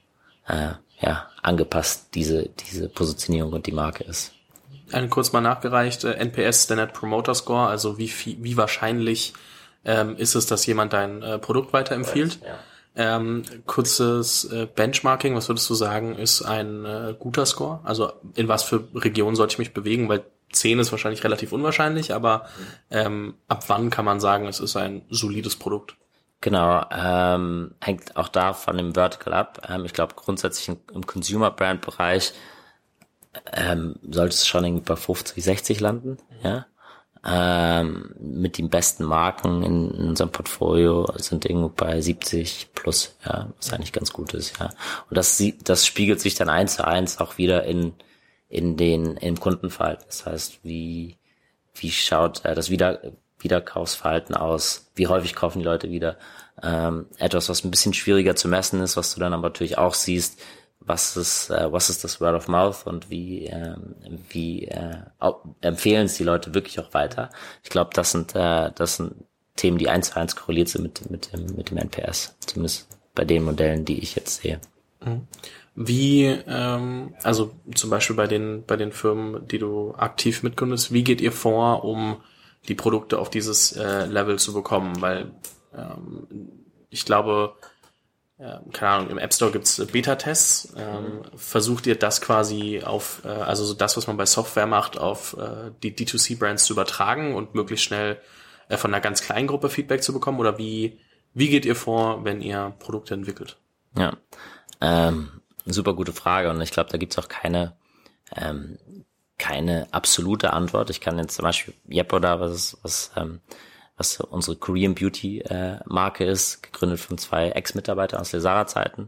angepasst diese Positionierung und die Marke ist. Kurz mal nachgereicht, NPS, der Net Promoter Score, also wie wahrscheinlich ist es, dass jemand dein Produkt weiterempfiehlt? Ja. Kurzes Benchmarking, was würdest du sagen, ist ein guter Score? Also in was für Regionen sollte ich mich bewegen? Weil 10 ist wahrscheinlich relativ unwahrscheinlich, aber ab wann kann man sagen, es ist ein solides Produkt? Genau, hängt auch da von dem Vertical ab. Ich glaube grundsätzlich im Consumer-Brand-Bereich sollte es schon irgendwie bei 50, 60 landen, ja. Mit den besten Marken in unserem Portfolio sind irgendwo bei 70 plus, ja, was eigentlich ganz gut ist, ja. Und das spiegelt sich dann 1:1 auch wieder im Kundenverhalten. Das heißt, wie schaut das Wiederkaufsverhalten aus? Wie häufig kaufen die Leute wieder? Etwas, was ein bisschen schwieriger zu messen ist, was du dann aber natürlich auch siehst, was ist das Word of Mouth und wie empfehlen es die Leute wirklich auch weiter. Ich glaube, das sind Themen, die 1:1 korreliert sind mit dem NPS, zumindest bei den Modellen, die ich jetzt sehe. Wie, also zum Beispiel bei den Firmen, die du aktiv mitgründest, wie geht ihr vor, um die Produkte auf dieses Level zu bekommen? Weil ich glaube, keine Ahnung, im App Store gibt's Beta-Tests. Versucht ihr das quasi auf, also so das, was man bei Software macht, auf die D2C-Brands zu übertragen und möglichst schnell von einer ganz kleinen Gruppe Feedback zu bekommen? Oder wie geht ihr vor, wenn ihr Produkte entwickelt? Ja, super gute Frage, und ich glaube, da gibt's auch keine absolute Antwort. Ich kann jetzt zum Beispiel Yepoda, was unsere Korean Beauty Marke ist, gegründet von 2 Ex-Mitarbeitern aus Lesara-Zeiten.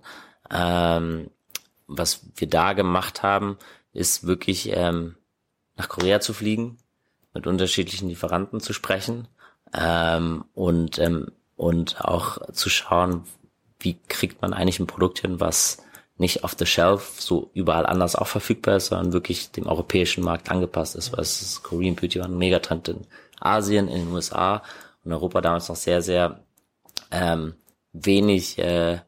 Was wir da gemacht haben, ist wirklich nach Korea zu fliegen, mit unterschiedlichen Lieferanten zu sprechen, und auch zu schauen, wie kriegt man eigentlich ein Produkt hin, was nicht off the shelf so überall anders auch verfügbar ist, sondern wirklich dem europäischen Markt angepasst ist, weil es Korean Beauty war ein Megatrend in Asien, in den USA und Europa damals noch sehr, sehr wenig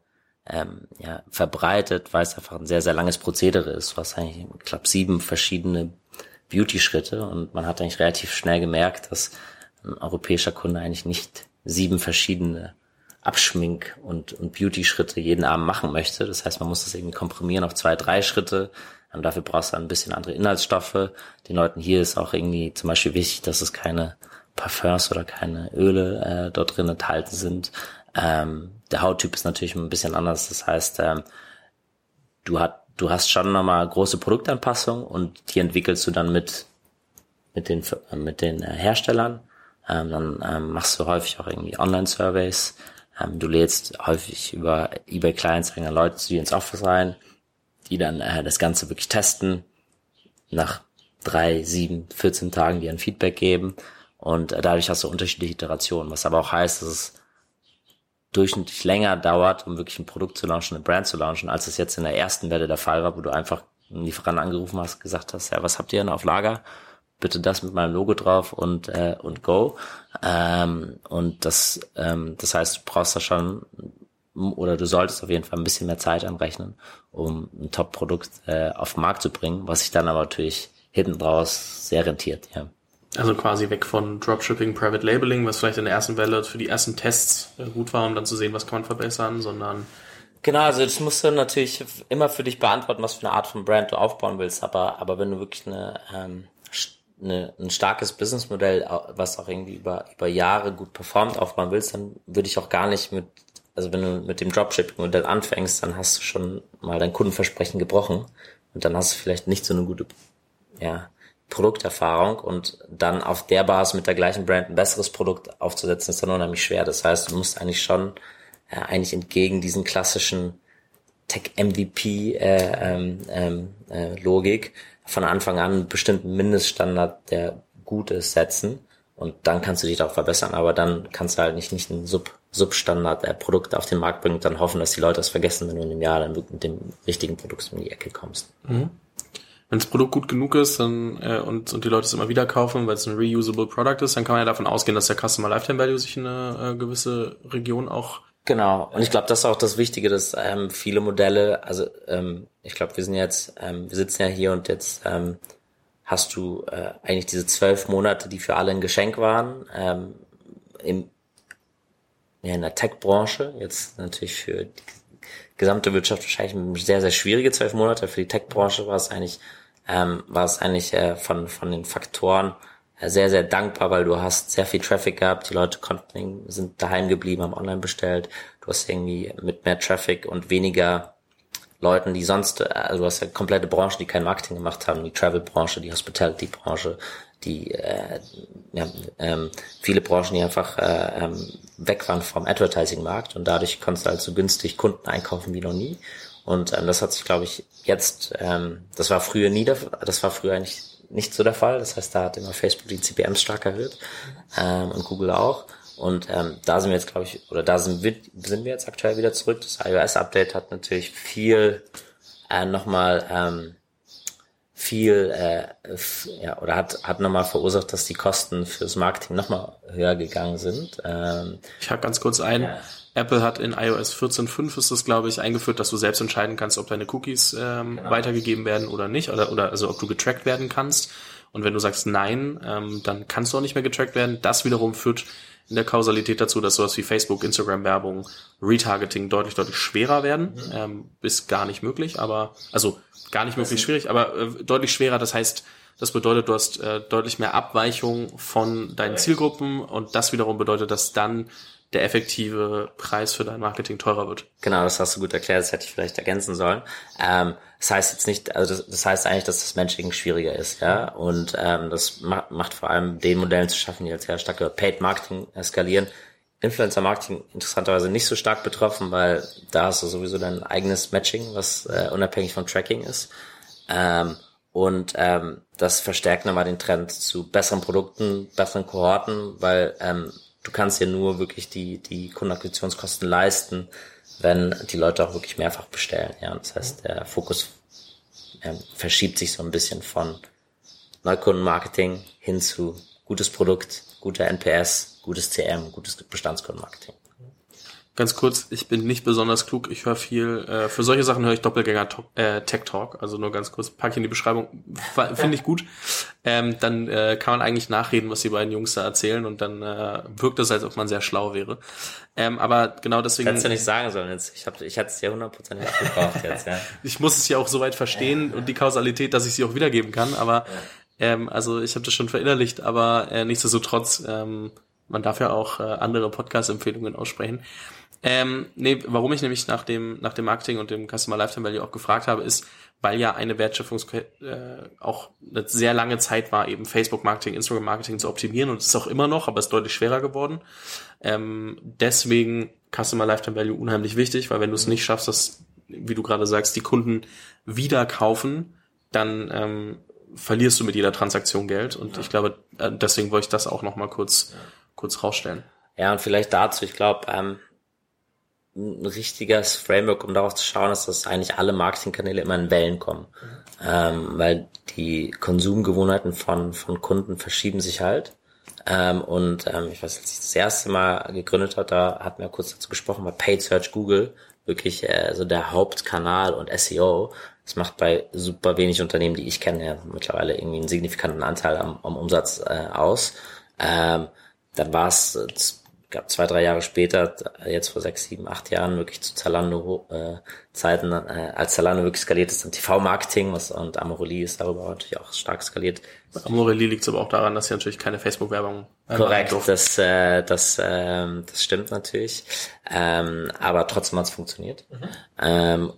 verbreitet, weil es einfach ein sehr, sehr langes Prozedere ist. Du hast eigentlich, ich glaube, 7 verschiedene Beauty-Schritte, und man hat eigentlich relativ schnell gemerkt, dass ein europäischer Kunde eigentlich nicht 7 verschiedene Abschmink- und Beauty-Schritte jeden Abend machen möchte. Das heißt, man muss das irgendwie komprimieren auf 2, 3 Schritte. Und dafür brauchst du ein bisschen andere Inhaltsstoffe. Den Leuten hier ist auch irgendwie zum Beispiel wichtig, dass es keine Parfums oder keine Öle dort drin enthalten sind. Der Hauttyp ist natürlich ein bisschen anders. Das heißt, du hast schon nochmal große Produktanpassungen, und die entwickelst du dann mit den Herstellern. Dann machst du häufig auch irgendwie Online-Surveys. Du lädst häufig über eBay Kleinanzeigen Leute zu dir ins Office rein, die dann das Ganze wirklich testen, nach 3, 7, 14 Tagen dir ein Feedback geben, und dadurch hast du unterschiedliche Iterationen, was aber auch heißt, dass es durchschnittlich länger dauert, um wirklich ein Produkt zu launchen, eine Brand zu launchen, als es jetzt in der ersten Welle der Fall war, wo du einfach einen Lieferanten angerufen hast, gesagt hast, ja, was habt ihr denn auf Lager? Bitte das mit meinem Logo drauf und go. Und das heißt, du brauchst da schon, oder du solltest auf jeden Fall ein bisschen mehr Zeit anrechnen, um ein Top-Produkt auf den Markt zu bringen, was sich dann aber natürlich hinten draus sehr rentiert, ja. Also quasi weg von Dropshipping, Private Labeling, was vielleicht in der ersten Welle für die ersten Tests gut war, um dann zu sehen, was kann man verbessern, sondern... Genau, also das musst du natürlich immer für dich beantworten, was für eine Art von Brand du aufbauen willst, aber wenn du wirklich ein starkes Businessmodell, was auch irgendwie über Jahre gut performt, aufbauen willst, dann würde ich auch gar nicht wenn du mit dem Dropshipping-Modell anfängst, dann hast du schon mal dein Kundenversprechen gebrochen, und dann hast du vielleicht nicht so eine gute, Produkterfahrung, und dann auf der Basis mit der gleichen Brand ein besseres Produkt aufzusetzen, ist dann unheimlich schwer. Das heißt, du musst eigentlich schon entgegen diesen klassischen Tech-MVP-Logik von Anfang an einen bestimmten Mindeststandard, der gut ist, setzen, und dann kannst du dich auch verbessern, aber dann kannst du halt nicht ein Substandard-Produkt auf den Markt bringen und dann hoffen, dass die Leute das vergessen, wenn du in einem Jahr dann mit dem richtigen Produkt um die Ecke kommst. Mhm. Wenn das Produkt gut genug ist, dann und die Leute es immer wieder kaufen, weil es ein reusable Product ist, dann kann man ja davon ausgehen, dass der Customer Lifetime Value sich in eine gewisse Region auch... Genau, und ich glaube, das ist auch das Wichtige, dass viele Modelle, also ich glaube, wir sitzen ja hier, und jetzt hast du eigentlich diese 12 Monate, die für alle ein Geschenk waren, in der Tech-Branche, jetzt natürlich für die gesamte Wirtschaft wahrscheinlich sehr, sehr schwierige 12 Monate. Für die Tech-Branche war es eigentlich von den Faktoren sehr, sehr dankbar, weil du hast sehr viel Traffic gehabt, die Leute sind daheim geblieben, haben online bestellt, du hast irgendwie mit mehr Traffic und weniger Leuten, die sonst, also du hast ja komplette Branchen, die kein Marketing gemacht haben, die Travel-Branche, die Hospitality-Branche, viele Branchen, die einfach weg waren vom Advertising-Markt, und dadurch konntest du halt so günstig Kunden einkaufen wie noch nie. Und das hat sich, glaube ich, jetzt, das war früher eigentlich nicht so der Fall. Das heißt, da hat immer Facebook die CPMs stark erhöht, und Google auch. Und da sind wir jetzt, glaube ich, oder da sind wir jetzt aktuell wieder zurück. Das iOS-Update hat natürlich hat nochmal verursacht, dass die Kosten fürs Marketing nochmal höher gegangen sind. Ich hake ganz kurz ein. Ja. Apple hat in iOS 14.5 ist das, glaube ich, eingeführt, dass du selbst entscheiden kannst, ob deine Cookies weitergegeben werden oder nicht, oder also ob du getrackt werden kannst. Und wenn du sagst nein, dann kannst du auch nicht mehr getrackt werden. Das wiederum führt in der Kausalität dazu, dass sowas wie Facebook, Instagram-Werbung, Retargeting deutlich, deutlich schwerer werden. Bis gar nicht möglich, aber, also gar nicht möglich schwierig, aber deutlich schwerer. Das heißt, das bedeutet, du hast deutlich mehr Abweichung von deinen Zielgruppen und das wiederum bedeutet, dass dann der effektive Preis für dein Marketing teurer wird. Genau, das hast du gut erklärt, das hätte ich vielleicht ergänzen sollen. Das heißt jetzt nicht, also das heißt eigentlich, dass das Matching schwieriger ist, ja. Und das macht vor allem den Modellen zu schaffen, die jetzt sehr stark über Paid Marketing skalieren. Influencer Marketing interessanterweise nicht so stark betroffen, weil da hast du sowieso dein eigenes Matching, was unabhängig vom Tracking ist. Und das verstärkt nochmal den Trend zu besseren Produkten, besseren Kohorten, weil du kannst dir nur wirklich die Kundenakquisitionskosten leisten, wenn die Leute auch wirklich mehrfach bestellen. Ja, das heißt, der Fokus verschiebt sich so ein bisschen von Neukundenmarketing hin zu gutes Produkt, guter NPS, gutes CM, gutes Bestandskundenmarketing. Ganz kurz, ich bin nicht besonders klug, ich höre viel, für solche Sachen höre ich Doppelgänger Tech Talk, also nur ganz kurz, pack ich in die Beschreibung, finde ich gut. Dann kann man eigentlich nachreden, was die beiden Jungs da erzählen und dann wirkt es, als ob man sehr schlau wäre. Aber genau deswegen... Hättest du nicht sagen sollen jetzt, ich hätte es dir 100% nicht gekauft jetzt, ja. Ich muss es ja auch soweit verstehen und die Kausalität, dass ich sie auch wiedergeben kann, aber also ich habe das schon verinnerlicht, aber nichtsdestotrotz, man darf ja auch andere Podcast-Empfehlungen aussprechen. Warum ich nämlich nach dem Marketing und dem Customer Lifetime Value auch gefragt habe, ist, weil ja eine Wertschöpfungskette auch eine sehr lange Zeit war, eben Facebook Marketing, Instagram Marketing zu optimieren und es ist auch immer noch, aber es ist deutlich schwerer geworden. Deswegen Customer Lifetime Value unheimlich wichtig, weil wenn du es nicht schaffst, dass, wie du gerade sagst, die Kunden wieder kaufen, dann verlierst du mit jeder Transaktion Geld und ich glaube, deswegen wollte ich das auch nochmal kurz rausstellen. Ja, und vielleicht dazu, ich glaube, ein richtiges Framework, um darauf zu schauen, ist, dass eigentlich alle Marketingkanäle immer in Wellen kommen. Weil die Konsumgewohnheiten von Kunden verschieben sich halt. Ich weiß, als ich das erste Mal gegründet habe, da hatten wir kurz dazu gesprochen, bei Paid Search Google wirklich so der Hauptkanal und SEO. Das macht bei super wenig Unternehmen, die ich kenne, ja mittlerweile irgendwie einen signifikanten Anteil am Umsatz aus. Dann war es gab 2-3 Jahre später, jetzt vor 6, 7, 8 Jahren, wirklich zu Zalando-Zeiten, als Zalando wirklich skaliert ist, dann TV-Marketing und Amorelie ist darüber natürlich auch stark skaliert. Bei Amorelie liegt es aber auch daran, dass sie natürlich keine Facebook-Werbung korrekt, das stimmt natürlich, aber trotzdem hat es funktioniert. Dann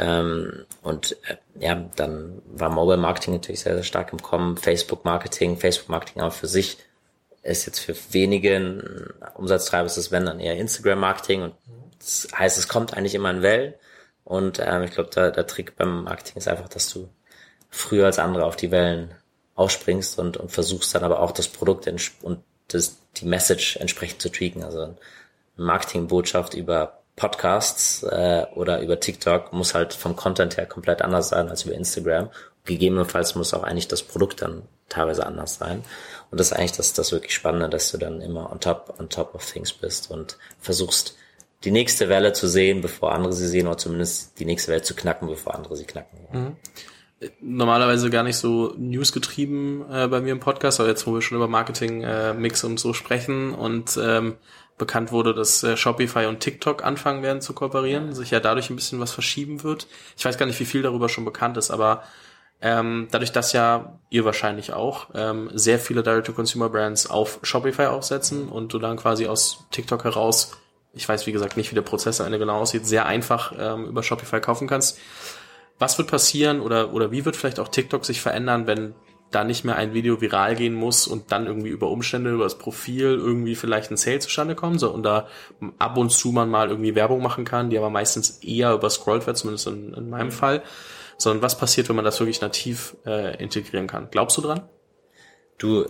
war Mobile-Marketing natürlich sehr, sehr stark im Kommen, Facebook-Marketing aber für sich ist jetzt für wenige Umsatztreiber, ist es wenn dann eher Instagram-Marketing und das heißt, es kommt eigentlich immer in Wellen und ich glaube, der Trick beim Marketing ist einfach, dass du früher als andere auf die Wellen aufspringst und versuchst dann aber auch das Produkt und die Message entsprechend zu tweaken. Also eine Marketingbotschaft über Podcasts oder über TikTok muss halt vom Content her komplett anders sein als über Instagram. Gegebenenfalls muss auch eigentlich das Produkt dann teilweise anders sein. Und das ist eigentlich das wirklich Spannende, dass du dann immer on top of things bist und versuchst, die nächste Welle zu sehen, bevor andere sie sehen, oder zumindest die nächste Welle zu knacken, bevor andere sie knacken. Mhm. Normalerweise gar nicht so newsgetrieben bei mir im Podcast, aber jetzt, wo wir schon über Marketing, Mix und so sprechen und bekannt wurde, dass Shopify und TikTok anfangen werden zu kooperieren, sich ja dadurch ein bisschen was verschieben wird. Ich weiß gar nicht, wie viel darüber schon bekannt ist, aber dadurch, dass ja ihr wahrscheinlich auch sehr viele Direct-to-Consumer-Brands auf Shopify aufsetzen und du dann quasi aus TikTok heraus, ich weiß wie gesagt nicht, wie der Prozess am Ende genau aussieht, sehr einfach über Shopify kaufen kannst. Was wird passieren oder wie wird vielleicht auch TikTok sich verändern, wenn da nicht mehr ein Video viral gehen muss und dann irgendwie über Umstände, über das Profil irgendwie vielleicht ein Sale zustande kommt, so, und da ab und zu man mal irgendwie Werbung machen kann, die aber meistens eher überscrollt wird, zumindest in meinem Fall. Sondern was passiert, wenn man das wirklich nativ integrieren kann? Glaubst du dran? Du,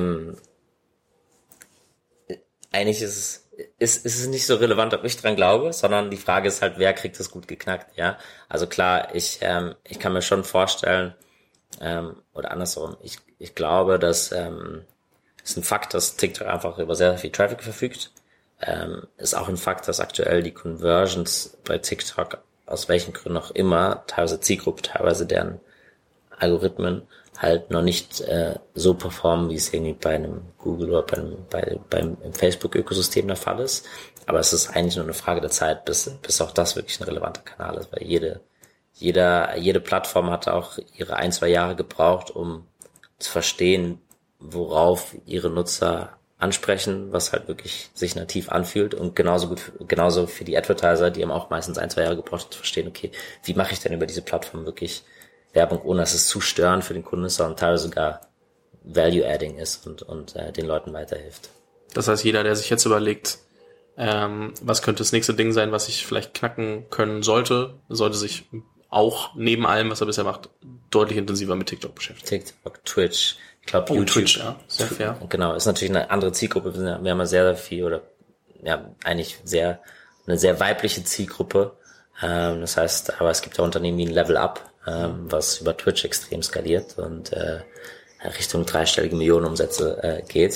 eigentlich ist es nicht so relevant, ob ich dran glaube, sondern die Frage ist halt, wer kriegt das gut geknackt, ja? Also klar, ich kann mir schon vorstellen, oder andersrum, ich glaube, dass ist ein Fakt, dass TikTok einfach über sehr viel Traffic verfügt. Ist auch ein Fakt, dass aktuell die Conversions bei TikTok aus welchen Gründen auch immer, teilweise Zielgruppe, teilweise deren Algorithmen halt noch nicht so performen, wie es irgendwie bei einem Google oder beim Facebook-Ökosystem der Fall ist. Aber es ist eigentlich nur eine Frage der Zeit, bis auch das wirklich ein relevanter Kanal ist, weil jede Plattform hat auch ihre 1-2 Jahre gebraucht, um zu verstehen, worauf ihre Nutzer ansprechen, was halt wirklich sich nativ anfühlt, und genauso für die Advertiser, die haben auch meistens 1-2 Jahre gebraucht, zu verstehen, okay, wie mache ich denn über diese Plattform wirklich Werbung, ohne dass es zu störend für den Kunden ist, sondern teilweise sogar Value-Adding ist und den Leuten weiterhilft. Das heißt, jeder, der sich jetzt überlegt, was könnte das nächste Ding sein, was ich vielleicht knacken können sollte sich auch neben allem, was er bisher macht, deutlich intensiver mit TikTok beschäftigen. TikTok, Twitch, ich glaube YouTube. Twitch, ja, sehr fair. Genau, ist natürlich eine andere Zielgruppe. Wir haben ja sehr, sehr viel oder ja, eigentlich eine sehr weibliche Zielgruppe. Das heißt, aber es gibt auch Unternehmen wie ein Level Up, was über Twitch extrem skaliert und Richtung 3-stellige Millionenumsätze geht.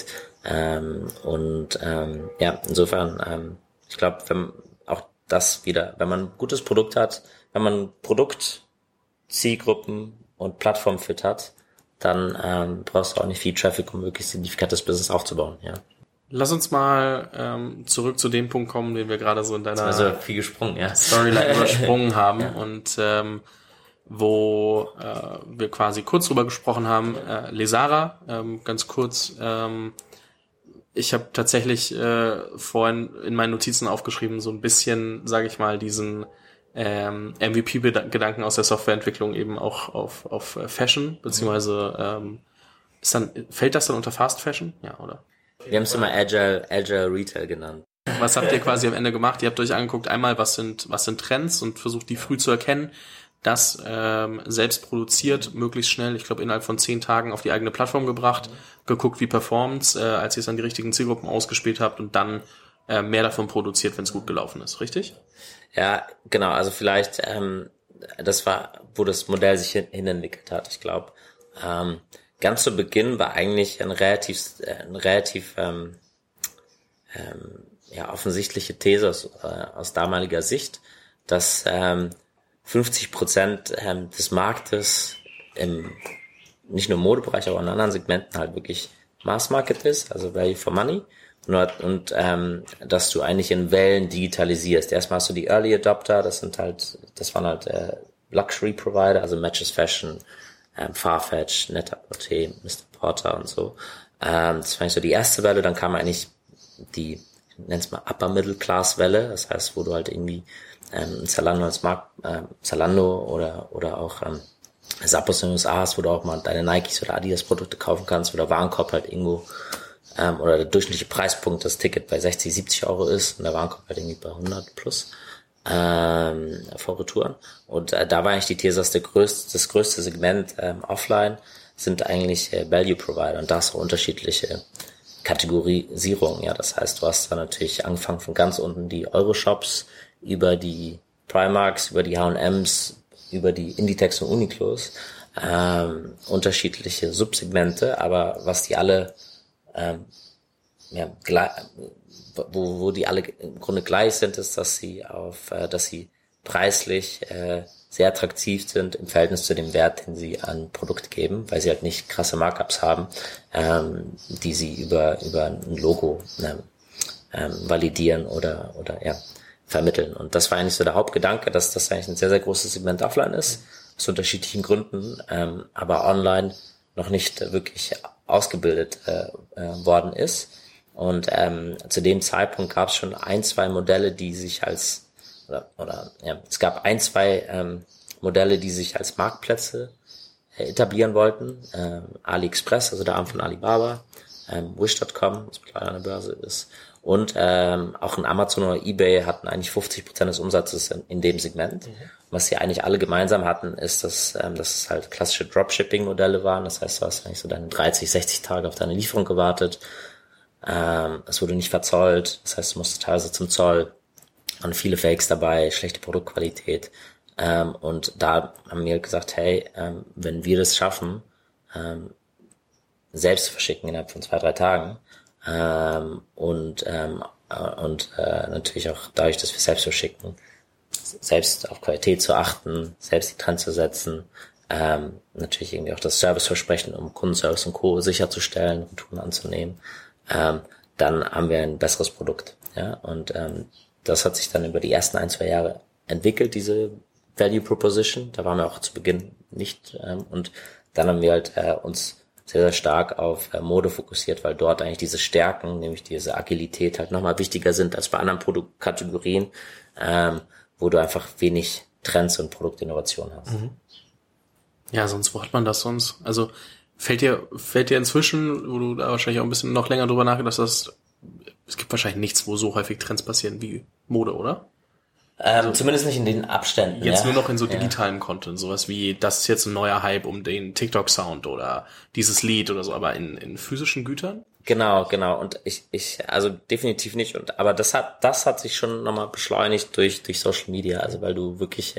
Insofern, ich glaube, wenn man ein gutes Produkt hat, wenn man Produkt, Zielgruppen und Plattformfit hat, dann brauchst du auch nicht viel Traffic, um wirklich signifikantes Business aufzubauen, ja. Lass uns mal zurück zu dem Punkt kommen, den wir gerade so in deiner viel gesprungen, ja. Storyline übersprungen haben ja. Und wo wir quasi kurz drüber gesprochen haben, Lesara, ganz kurz, ich habe tatsächlich vorhin in meinen Notizen aufgeschrieben, so ein bisschen, sage ich mal, diesen MVP-Gedanken aus der Softwareentwicklung eben auch auf Fashion, beziehungsweise fällt das dann unter Fast Fashion? Ja, oder? Wir haben es immer Agile Retail genannt. Was habt ihr quasi am Ende gemacht? Ihr habt euch angeguckt, einmal, was sind Trends und versucht, die früh zu erkennen, das selbst produziert, möglichst schnell, ich glaube innerhalb von 10 Tagen auf die eigene Plattform gebracht, geguckt, wie performt's, als ihr es an die richtigen Zielgruppen ausgespielt habt und dann mehr davon produziert, wenn es gut gelaufen ist, richtig? Ja, genau, also vielleicht, das war, wo das Modell sich hinentwickelt hat, ich glaube. Ganz zu Beginn war eigentlich ein relativ offensichtliche These aus damaliger Sicht, dass 50% des Marktes nicht nur im Modebereich, aber auch in anderen Segmenten halt wirklich Mass Market ist, also Value for Money. Und dass du eigentlich in Wellen digitalisierst. Erstmal hast du die Early Adopter, das waren halt Luxury Provider, also Matches Fashion, Farfetch, Net-a-Porter, Mr. Porter und so. Das war eigentlich so die erste Welle, dann kam eigentlich die, ich nenn's mal Upper Middle Class Welle, das heißt, wo du halt irgendwie Zalando als Markt, Zalando oder auch Zappos in den USA hast, wo du auch mal deine Nikes oder Adidas Produkte kaufen kannst, wo der Warenkorb halt irgendwo oder der durchschnittliche Preispunkt, das Ticket bei 60, 70 Euro ist und der Warenkorb halt irgendwie bei 100 plus vor Retouren. Und da war eigentlich die These, dass das größte Segment offline sind eigentlich Value Provider und da hast du unterschiedliche Kategorisierungen. Ja, das heißt, du hast da natürlich angefangen von ganz unten die Euroshops über die Primarks, über die H&Ms, über die Inditex und Uniqlos, unterschiedliche Subsegmente, aber was die alle wo die alle im Grunde gleich sind, ist, dass sie preislich sehr attraktiv sind im Verhältnis zu dem Wert, den sie an Produkt geben, weil sie halt nicht krasse Markups haben, die sie über ein Logo validieren oder vermitteln. Und das war eigentlich so der Hauptgedanke, dass das eigentlich ein sehr, sehr großes Segment offline ist, aus unterschiedlichen Gründen, aber online noch nicht wirklich ausgebildet worden ist. Und zu dem Zeitpunkt gab es schon 1-2 Modelle, die sich es gab 1-2 Modelle, die sich als Marktplätze etablieren wollten. AliExpress, also der Arm von Alibaba, Wish.com, was mittlerweile an der Börse ist, und auch ein Amazon oder eBay hatten eigentlich 50% des Umsatzes in dem Segment. Was sie eigentlich alle gemeinsam hatten, ist, dass es halt klassische Dropshipping-Modelle waren. Das heißt, du hast eigentlich so deine 30, 60 Tage auf deine Lieferung gewartet. Es wurde nicht verzollt. Das heißt, du musstest teilweise zum Zoll. Und viele Fakes dabei, schlechte Produktqualität. Und da haben wir gesagt, hey, wenn wir das schaffen, selbst zu verschicken innerhalb von 2-3 Tagen, und natürlich auch dadurch, dass wir selbst verschicken, selbst auf Qualität zu achten, selbst die Trends zu setzen, natürlich irgendwie auch das Serviceversprechen, um Kundenservice und Co. sicherzustellen, Retouren anzunehmen, dann haben wir ein besseres Produkt. Ja, und das hat sich dann über die ersten 1-2 Jahre entwickelt, diese Value Proposition. Da waren wir auch zu Beginn nicht. Und dann haben wir halt uns sehr, sehr stark auf Mode fokussiert, weil dort eigentlich diese Stärken, nämlich diese Agilität halt nochmal wichtiger sind als bei anderen Produktkategorien, wo du einfach wenig Trends und Produktinnovation hast. Mhm. Ja, sonst, wo hat man das sonst? Also fällt dir inzwischen, wo du da wahrscheinlich auch ein bisschen noch länger drüber nachgedacht hast, es gibt wahrscheinlich nichts, wo so häufig Trends passieren wie Mode, oder? Zumindest nicht in den Abständen. Jetzt nur noch in so digitalem Content, sowas wie, das ist jetzt ein neuer Hype um den TikTok-Sound oder dieses Lied oder so, aber in physischen Gütern? Genau. Und ich also definitiv nicht. Aber das hat sich schon nochmal beschleunigt durch Social Media. Also weil du wirklich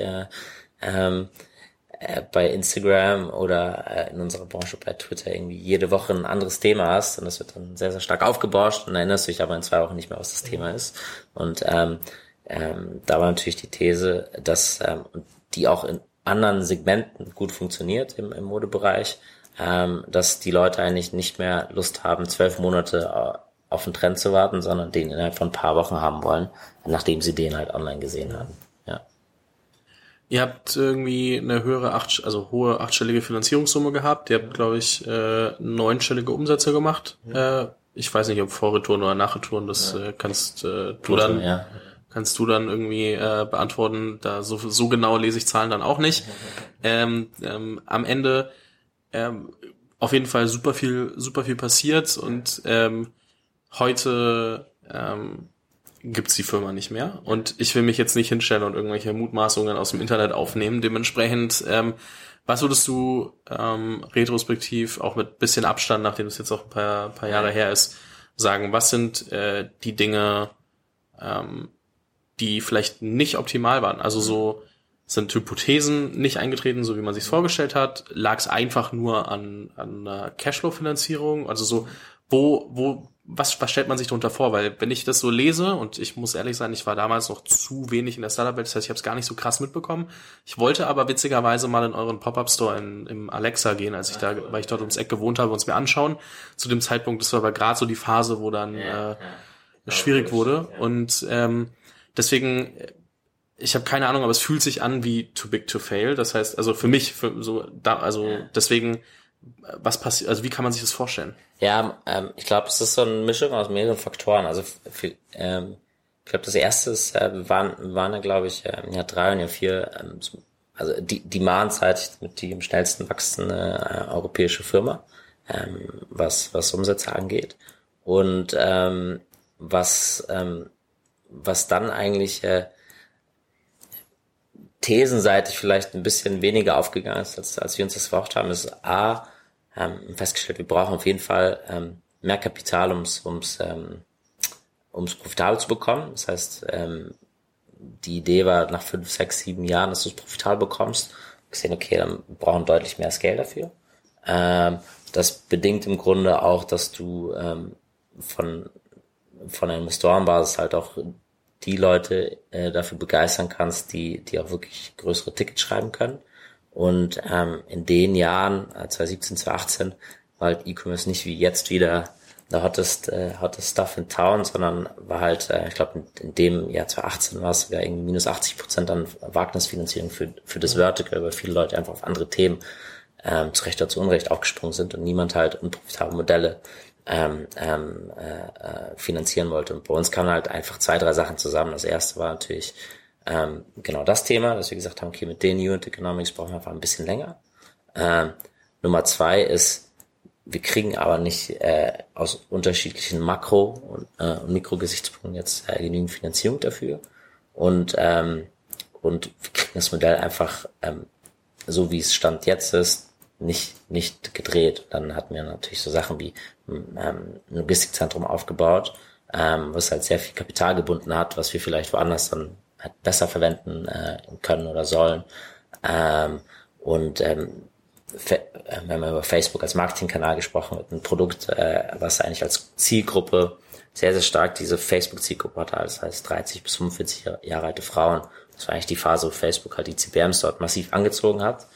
bei Instagram oder in unserer Branche bei Twitter irgendwie jede Woche ein anderes Thema hast und das wird dann sehr, sehr stark aufgebauscht und erinnerst dich aber in 2 Wochen nicht mehr, was das Thema ist. Und da war natürlich die These, dass die auch in anderen Segmenten gut funktioniert im Modebereich, dass die Leute eigentlich nicht mehr Lust haben, 12 Monate auf einen Trend zu warten, sondern den innerhalb von ein paar Wochen haben wollen, nachdem sie den halt online gesehen haben. Ja. Ihr habt irgendwie eine hohe 8-stellige Finanzierungssumme gehabt. Ihr habt, glaube ich, 9-stellige Umsätze gemacht. Ich weiß nicht, ob Vorretouren oder Nachretouren, das kannst du dann irgendwie beantworten. Da so genau lese ich Zahlen dann auch nicht. Am Ende auf jeden Fall super viel passiert und heute gibt's die Firma nicht mehr und ich will mich jetzt nicht hinstellen und irgendwelche Mutmaßungen aus dem Internet aufnehmen. Dementsprechend, was würdest du retrospektiv, auch mit bisschen Abstand, nachdem es jetzt auch ein paar Jahre her ist, sagen, was sind die Dinge, die vielleicht nicht optimal waren? Also so sind Hypothesen nicht eingetreten, so wie man sich's vorgestellt hat? Lag es einfach nur an einer Cashflow-Finanzierung? Also so, was stellt man sich darunter vor? Weil wenn ich das so lese, und ich muss ehrlich sein, ich war damals noch zu wenig in der Startup-Welt, das heißt, ich habe es gar nicht so krass mitbekommen. Ich wollte aber witzigerweise mal in euren Pop-Up-Store im Alexa gehen, weil ich dort ums Eck gewohnt habe, uns mir anschauen. Zu dem Zeitpunkt, das war aber gerade so die Phase, wo dann schwierig wurde. Und deswegen, ich habe keine Ahnung, aber es fühlt sich an wie too big to fail. Das heißt, also für mich, deswegen, was passiert, also wie kann man sich das vorstellen? Ja, ich glaube, es ist so eine Mischung aus mehreren Faktoren. Also ich glaube, das erste ist, wir waren da, glaube ich, Jahr 3 und Jahr 4, also demandsseitig mit die am schnellsten wachsende europäische Firma, was Umsätze angeht. Und was dann eigentlich thesenseitig vielleicht ein bisschen weniger aufgegangen ist, als wir uns das erhofft haben, ist festgestellt, wir brauchen auf jeden Fall mehr Kapital, um's profitabel zu bekommen. Das heißt, die Idee war, nach 5, 6, 7 Jahren, dass du es profitabel bekommst. Gesehen, okay, dann brauchen deutlich mehr Scale dafür. Das bedingt im Grunde auch, dass du von der Investorenbasis halt auch die Leute dafür begeistern kannst, die auch wirklich größere Tickets schreiben können. Und in den Jahren, 2017, 2018, war halt E-Commerce nicht wie jetzt wieder the hottest stuff in town, sondern war halt, ich glaube, in dem Jahr 2018 war es sogar irgendwie -80% an Wagnisfinanzierung für das Vertical, weil viele Leute einfach auf andere Themen zu Recht oder zu Unrecht aufgesprungen sind und niemand halt unprofitable Modelle finanzieren wollte. Und bei uns kamen halt einfach 2, 3 Sachen zusammen. Das erste war natürlich genau das Thema, dass wir gesagt haben, okay, mit den Unit Economics brauchen wir einfach ein bisschen länger. Nummer 2 ist, wir kriegen aber nicht aus unterschiedlichen Makro- und Mikrogesichtspunkten jetzt genügend Finanzierung dafür. Und wir kriegen das Modell einfach, so wie es Stand jetzt ist, nicht gedreht. Dann hatten wir natürlich so Sachen wie ein Logistikzentrum aufgebaut, was halt sehr viel Kapital gebunden hat, was wir vielleicht woanders dann halt besser verwenden können oder sollen. Wir haben über Facebook als Marketingkanal gesprochen, mit einem Produkt, was eigentlich als Zielgruppe sehr, sehr stark diese Facebook-Zielgruppe hat, das heißt 30 bis 45 Jahre alte Frauen. Das war eigentlich die Phase, wo Facebook halt die CPMs dort massiv angezogen hat.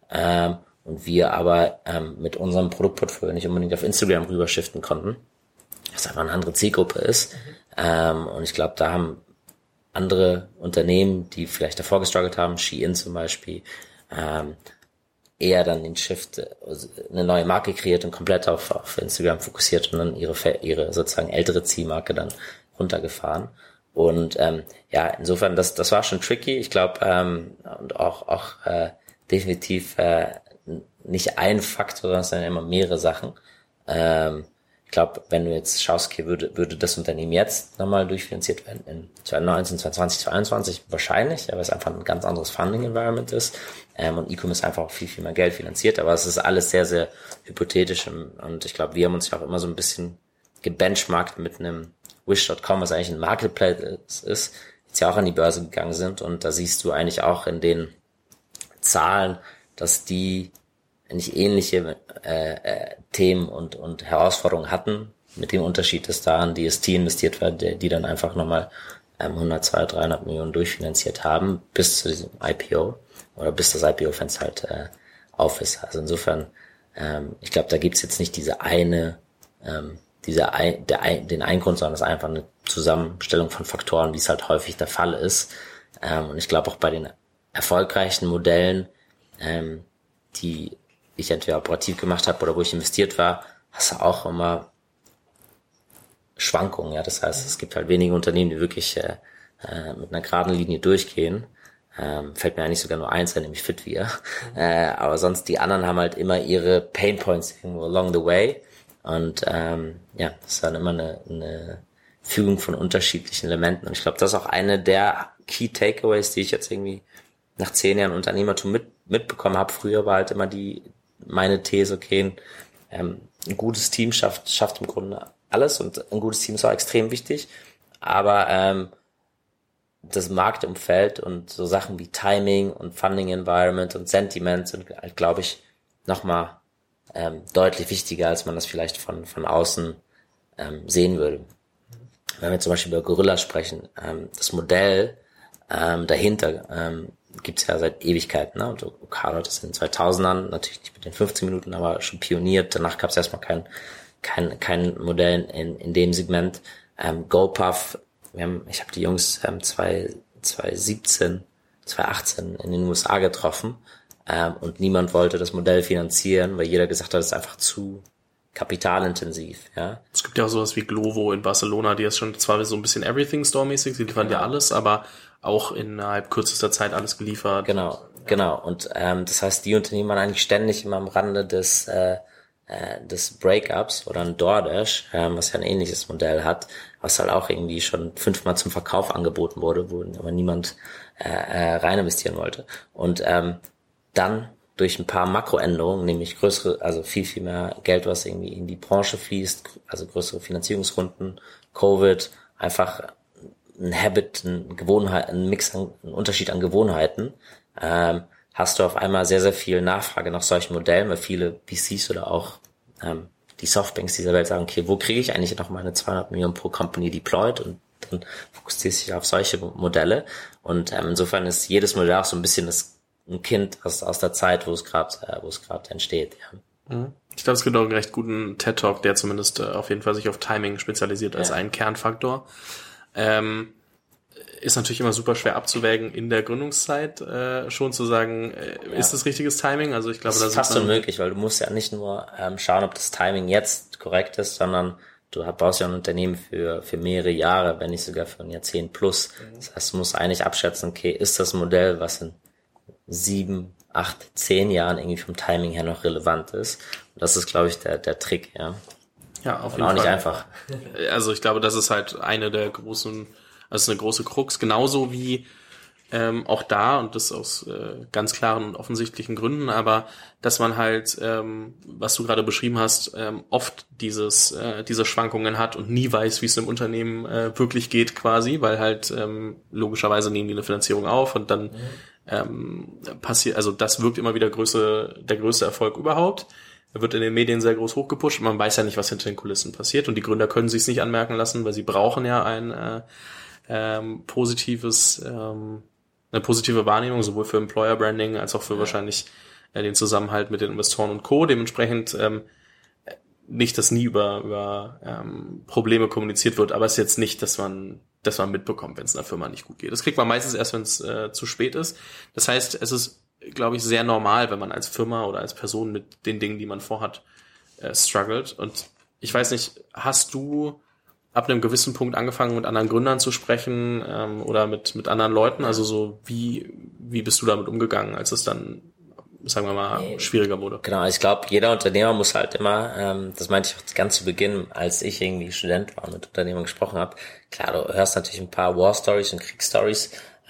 und wir aber mit unserem Produktportfolio nicht unbedingt auf Instagram rübershiften konnten, was einfach eine andere Zielgruppe ist. Und ich glaube, da haben andere Unternehmen, die vielleicht davor gestruggelt haben, Shein zum Beispiel, eher dann den Shift, eine neue Marke kreiert und komplett auf Instagram fokussiert und dann ihre sozusagen ältere Zielmarke dann runtergefahren. Und insofern, das war schon tricky. Ich glaube, und auch definitiv nicht ein Faktor, sondern immer mehrere Sachen. Ich glaube, wenn du jetzt schaust, okay, würde das Unternehmen jetzt nochmal durchfinanziert werden in 2019, 2020, 2021? Wahrscheinlich, weil es einfach ein ganz anderes Funding-Environment ist. Und E-Commerce einfach auch viel, viel mehr Geld finanziert. Aber es ist alles sehr, sehr hypothetisch. Und ich glaube, wir haben uns ja auch immer so ein bisschen gebenchmarkt mit einem Wish.com, was eigentlich ein Marketplace ist, jetzt ja auch an die Börse gegangen sind. Und da siehst du eigentlich auch in den Zahlen, dass die eigentlich ähnliche Themen und Herausforderungen hatten, mit dem Unterschied, dass da an DST investiert war, die dann einfach nochmal 100, 200, 300 Millionen durchfinanziert haben, bis zu diesem IPO oder bis das IPO-Fenster halt auf ist. Also insofern, ich glaube, da gibt's jetzt nicht den einen Grund, sondern es ist einfach eine Zusammenstellung von Faktoren, wie es halt häufig der Fall ist. Und ich glaube auch bei den erfolgreichen Modellen, die ich entweder operativ gemacht habe oder wo ich investiert war, hast du auch immer Schwankungen. Ja, das heißt, es gibt halt wenige Unternehmen, die wirklich mit einer geraden Linie durchgehen. Fällt mir eigentlich sogar nur eins ein, nämlich Fitvia. Aber sonst die anderen haben halt immer ihre Painpoints irgendwo along the way. Und das ist dann immer eine Fügung von unterschiedlichen Elementen. Und ich glaube, das ist auch eine der Key Takeaways, die ich jetzt irgendwie nach 10 Jahren Unternehmertum mitbekommen habe. Früher war halt immer meine These, okay, ein gutes Team schafft im Grunde alles und ein gutes Team ist auch extrem wichtig, aber das Marktumfeld und so Sachen wie Timing und Funding Environment und Sentiment sind halt, glaube ich, nochmal deutlich wichtiger, als man das vielleicht von außen sehen würde. Wenn wir zum Beispiel über Gorillas sprechen, das Modell dahinter gibt's ja seit Ewigkeiten, ne? Und Ocado hat das in den 2000ern, natürlich nicht mit den 15 Minuten, aber schon pioniert. Danach gab's erstmal kein Modell in dem Segment. GoPuff, ich habe die Jungs 2017, 2018 in den USA getroffen und niemand wollte das Modell finanzieren, weil jeder gesagt hat, es ist einfach zu kapitalintensiv. Ja. Es gibt ja auch sowas wie Glovo in Barcelona, die ist schon zwar so ein bisschen Everything-Store-mäßig, sie liefern ja alles, aber auch innerhalb kürzester Zeit alles geliefert. Genau. Und das heißt, die Unternehmen waren eigentlich ständig immer am Rande des Breakups oder ein DoorDash, was ja ein ähnliches Modell hat, was halt auch irgendwie schon 5-mal zum Verkauf angeboten wurde, wo aber niemand rein investieren wollte. Und dann durch ein paar Makroänderungen, nämlich größere, also viel, viel mehr Geld, was irgendwie in die Branche fließt, also größere Finanzierungsrunden, Covid, einfach ein Habit, eine Gewohnheit, ein Mix, ein Unterschied an Gewohnheiten, hast du auf einmal sehr, sehr viel Nachfrage nach solchen Modellen, weil viele VCs oder auch die Softbanks dieser Welt sagen, okay, wo kriege ich eigentlich noch meine 200 Millionen pro Company deployed, und dann fokussiert sich auf solche Modelle. Und insofern ist jedes Modell auch so ein bisschen ein Kind aus der Zeit, wo es gerade entsteht. Ja. Ich glaube, es gibt auch einen recht guten TED-Talk, der zumindest auf jeden Fall sich auf Timing spezialisiert als einen Kernfaktor. Ist natürlich immer super schwer abzuwägen in der Gründungszeit, schon zu sagen, ist das richtiges Timing? Also ich glaube, das ist fast unmöglich, weil du musst ja nicht nur schauen, ob das Timing jetzt korrekt ist, sondern du baust ja ein Unternehmen für mehrere Jahre, wenn nicht sogar für ein Jahrzehnt plus. Das heißt, du musst eigentlich abschätzen, okay, ist das Modell, was in 7, 8, 10 Jahren irgendwie vom Timing her noch relevant ist. Und das ist, glaube ich, der Trick, ja. Ja, auf jeden Fall. Auch nicht einfach. Also ich glaube, das ist halt eine der großen, also eine große Krux, genauso wie auch da, und das aus ganz klaren und offensichtlichen Gründen, aber dass man halt, was du gerade beschrieben hast, oft diese Schwankungen hat und nie weiß, wie es im Unternehmen wirklich geht quasi, weil halt logischerweise nehmen die eine Finanzierung auf und dann passiert, also das wirkt immer wieder der größte Erfolg überhaupt. Er wird in den Medien sehr groß hochgepusht und man weiß ja nicht, was hinter den Kulissen passiert, und die Gründer können sich's nicht anmerken lassen, weil sie brauchen ja eine positive Wahrnehmung, sowohl für Employer Branding als auch für wahrscheinlich den Zusammenhalt mit den Investoren und Co. Dementsprechend nicht, dass nie über Probleme kommuniziert wird, aber es ist jetzt nicht, dass man mitbekommt, wenn es einer Firma nicht gut geht. Das kriegt man meistens erst, wenn es zu spät ist. Das heißt, es ist, glaube ich, sehr normal, wenn man als Firma oder als Person mit den Dingen, die man vorhat, struggelt. Und ich weiß nicht, hast du ab einem gewissen Punkt angefangen, mit anderen Gründern zu sprechen oder mit anderen Leuten? Also so, wie bist du damit umgegangen, als es dann, sagen wir mal, schwieriger wurde? Genau, ich glaube, jeder Unternehmer muss halt immer, das meinte ich auch ganz zu Beginn, als ich irgendwie Student war und mit Unternehmern gesprochen habe, klar, du hörst natürlich ein paar War-Stories und Kriegsstories,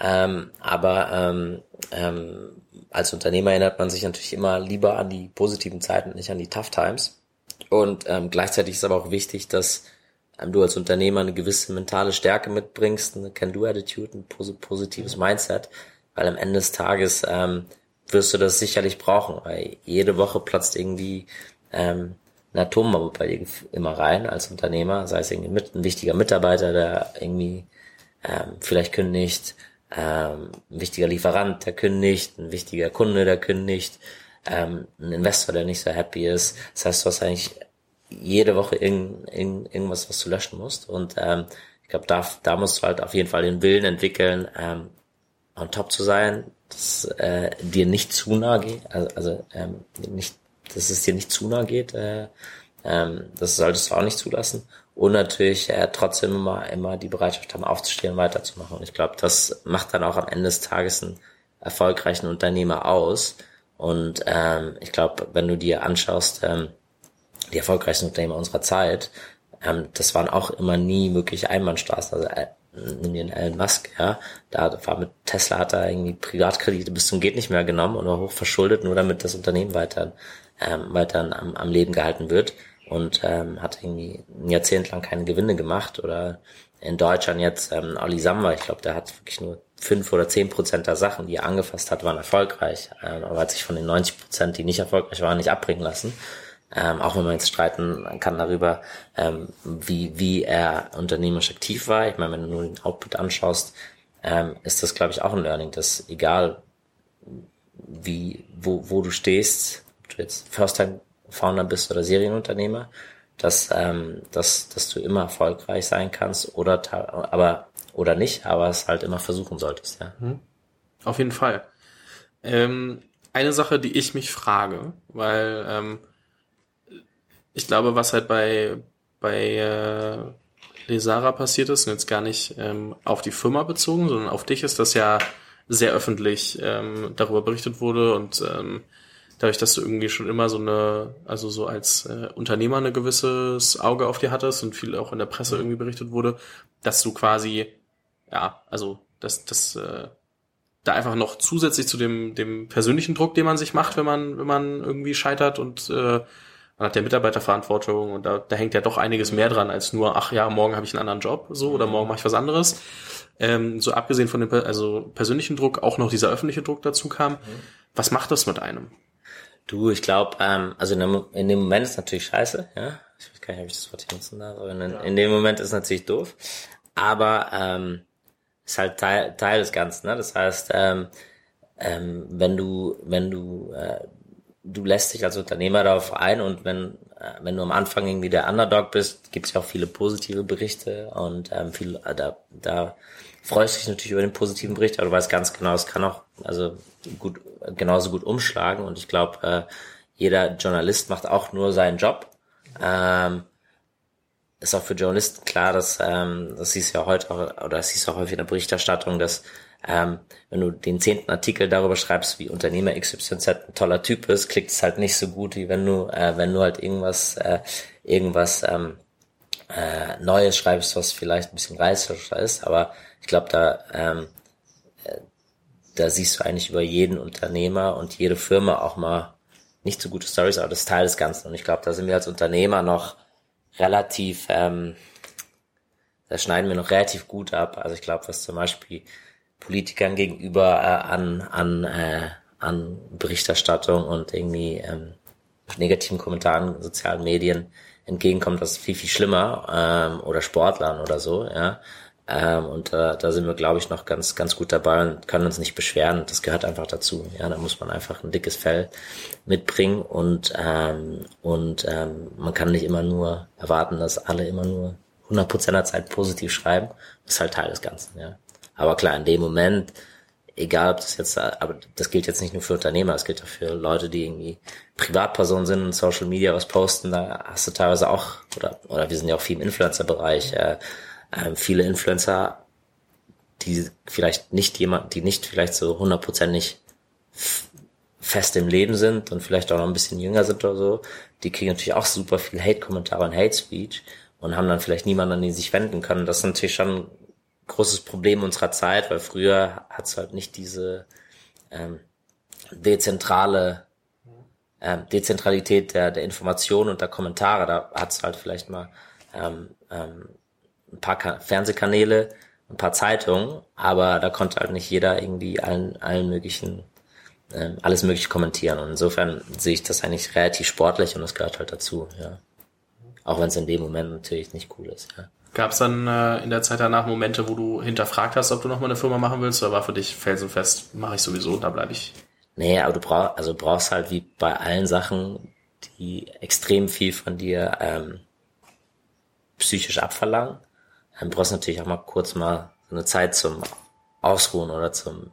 aber als Unternehmer erinnert man sich natürlich immer lieber an die positiven Zeiten und nicht an die Tough Times. Und gleichzeitig ist aber auch wichtig, dass du als Unternehmer eine gewisse mentale Stärke mitbringst, eine Can-Do-Attitude, ein positives Mindset, weil am Ende des Tages wirst du das sicherlich brauchen, weil jede Woche platzt irgendwie eine Atombombe bei dir immer rein als Unternehmer, sei es irgendwie ein wichtiger Mitarbeiter, der irgendwie vielleicht kündigt, ein wichtiger Lieferant, der kündigt, ein wichtiger Kunde, der kündigt, ein Investor, der nicht so happy ist. Das heißt, du hast eigentlich jede Woche irgendwas, was du löschen musst. Und ich glaube, da musst du halt auf jeden Fall den Willen entwickeln, on top zu sein, dass dir nicht zu nahe geht, nicht, dass es dir nicht zu nahe geht. Das solltest du auch nicht zulassen. Und natürlich trotzdem immer die Bereitschaft haben, aufzustehen und weiterzumachen. Und ich glaube, das macht dann auch am Ende des Tages einen erfolgreichen Unternehmer aus. Und ich glaube, wenn du dir anschaust, die erfolgreichsten Unternehmer unserer Zeit, das waren auch immer nie wirklich Einbahnstraßen. Also nimm dir einen Elon Musk, ja, da war mit Tesla, hat er irgendwie Privatkredite bis zum geht nicht mehr genommen und war hoch verschuldet, nur damit das Unternehmen weiter am Leben gehalten wird, und hat irgendwie ein Jahrzehnt lang keine Gewinne gemacht. Oder in Deutschland jetzt Olli Samba, ich glaube, der hat wirklich nur 5 oder 10% der Sachen, die er angefasst hat, waren erfolgreich, aber hat sich von den 90%, die nicht erfolgreich waren, nicht abbringen lassen. Auch wenn man jetzt streiten kann darüber, wie er unternehmerisch aktiv war. Ich meine, wenn du nur den Output anschaust, ist das, glaube ich, auch ein Learning, dass egal wo du stehst, ob du jetzt First-Time-Founder bist oder Serienunternehmer, dass du immer erfolgreich sein kannst oder nicht, aber es halt immer versuchen solltest, ja. Auf jeden Fall. Eine Sache, die ich mich frage, weil ich glaube, was halt bei Lesara passiert ist, und jetzt gar nicht auf die Firma bezogen, sondern auf dich, ist, dass ja sehr öffentlich darüber berichtet wurde, und dadurch, dass du irgendwie schon immer so als Unternehmer ein gewisses Auge auf dir hattest und viel auch in der Presse irgendwie berichtet wurde, dass du quasi, dass da einfach noch zusätzlich zu dem persönlichen Druck, den man sich macht, wenn man irgendwie scheitert, und man hat ja Mitarbeiterverantwortung, und da hängt ja doch einiges mehr dran als nur, ach ja, morgen habe ich einen anderen Job, so, oder morgen mache ich was anderes. So abgesehen von dem persönlichen Druck auch noch dieser öffentliche Druck dazu kam. Was macht das mit einem? Du, ich glaube, in dem Moment ist natürlich scheiße, ja. Ich weiß gar nicht, ob ich das Wort hier nutzen darf, aber in dem Moment ist natürlich doof. Aber ist halt Teil des Ganzen, ne? Das heißt, wenn du lässt dich als Unternehmer darauf ein, und wenn du am Anfang irgendwie der Underdog bist, gibt es ja auch viele positive Berichte, und da freust du dich natürlich über den positiven Bericht, aber du weißt ganz genau, es kann auch genauso gut umschlagen, und ich glaube, jeder Journalist macht auch nur seinen Job. Ist auch für Journalisten klar, dass das siehst du ja heute auch, oder das siehst du auch häufig in der Berichterstattung, dass wenn du den 10. Artikel darüber schreibst, wie Unternehmer XYZ ein toller Typ ist, klickt es halt nicht so gut, wie wenn du halt irgendwas Neues schreibst, was vielleicht ein bisschen reißerischer ist. Aber ich glaube, da siehst du eigentlich über jeden Unternehmer und jede Firma auch mal nicht so gute Stories, aber das ist Teil des Ganzen. Und ich glaube, da sind wir als Unternehmer noch relativ, da schneiden wir noch relativ gut ab. Also ich glaube, was zum Beispiel Politikern gegenüber an Berichterstattung und irgendwie negativen Kommentaren in sozialen Medien entgegenkommt, das ist viel, viel schlimmer, oder Sportlern oder so, ja. Und da sind wir, glaube ich, noch ganz, ganz gut dabei und können uns nicht beschweren. Das gehört einfach dazu. Ja, da muss man einfach ein dickes Fell mitbringen und man kann nicht immer nur erwarten, dass alle immer nur 100% der Zeit positiv schreiben. Das ist halt Teil des Ganzen, ja. Aber klar, in dem Moment, egal ob das jetzt, aber das gilt jetzt nicht nur für Unternehmer, das gilt auch für Leute, die irgendwie Privatpersonen sind und Social Media was posten, da hast du teilweise auch, oder wir sind ja auch viel im Influencer-Bereich, viele Influencer, die nicht vielleicht so 100% nicht fest im Leben sind und vielleicht auch noch ein bisschen jünger sind oder so, die kriegen natürlich auch super viel Hate-Kommentare und Hate-Speech und haben dann vielleicht niemanden, an den sie sich wenden können. Das ist natürlich schon ein großes Problem unserer Zeit, weil früher hat es halt nicht diese Dezentralität der Information und der Kommentare. Da hat es halt vielleicht mal ein paar Fernsehkanäle, ein paar Zeitungen, aber da konnte halt nicht jeder irgendwie allen möglichen alles mögliche kommentieren. Und insofern sehe ich das eigentlich relativ sportlich und das gehört halt dazu, ja. Auch wenn es in dem Moment natürlich nicht cool ist, ja. Gab es dann in der Zeit danach Momente, wo du hinterfragt hast, ob du nochmal eine Firma machen willst, oder war für dich felsenfest, mache ich sowieso, da bleibe ich? Nee, aber du brauchst halt wie bei allen Sachen, die extrem viel von dir psychisch abverlangen. Du brauchst natürlich auch mal kurz mal so eine Zeit zum Ausruhen oder zum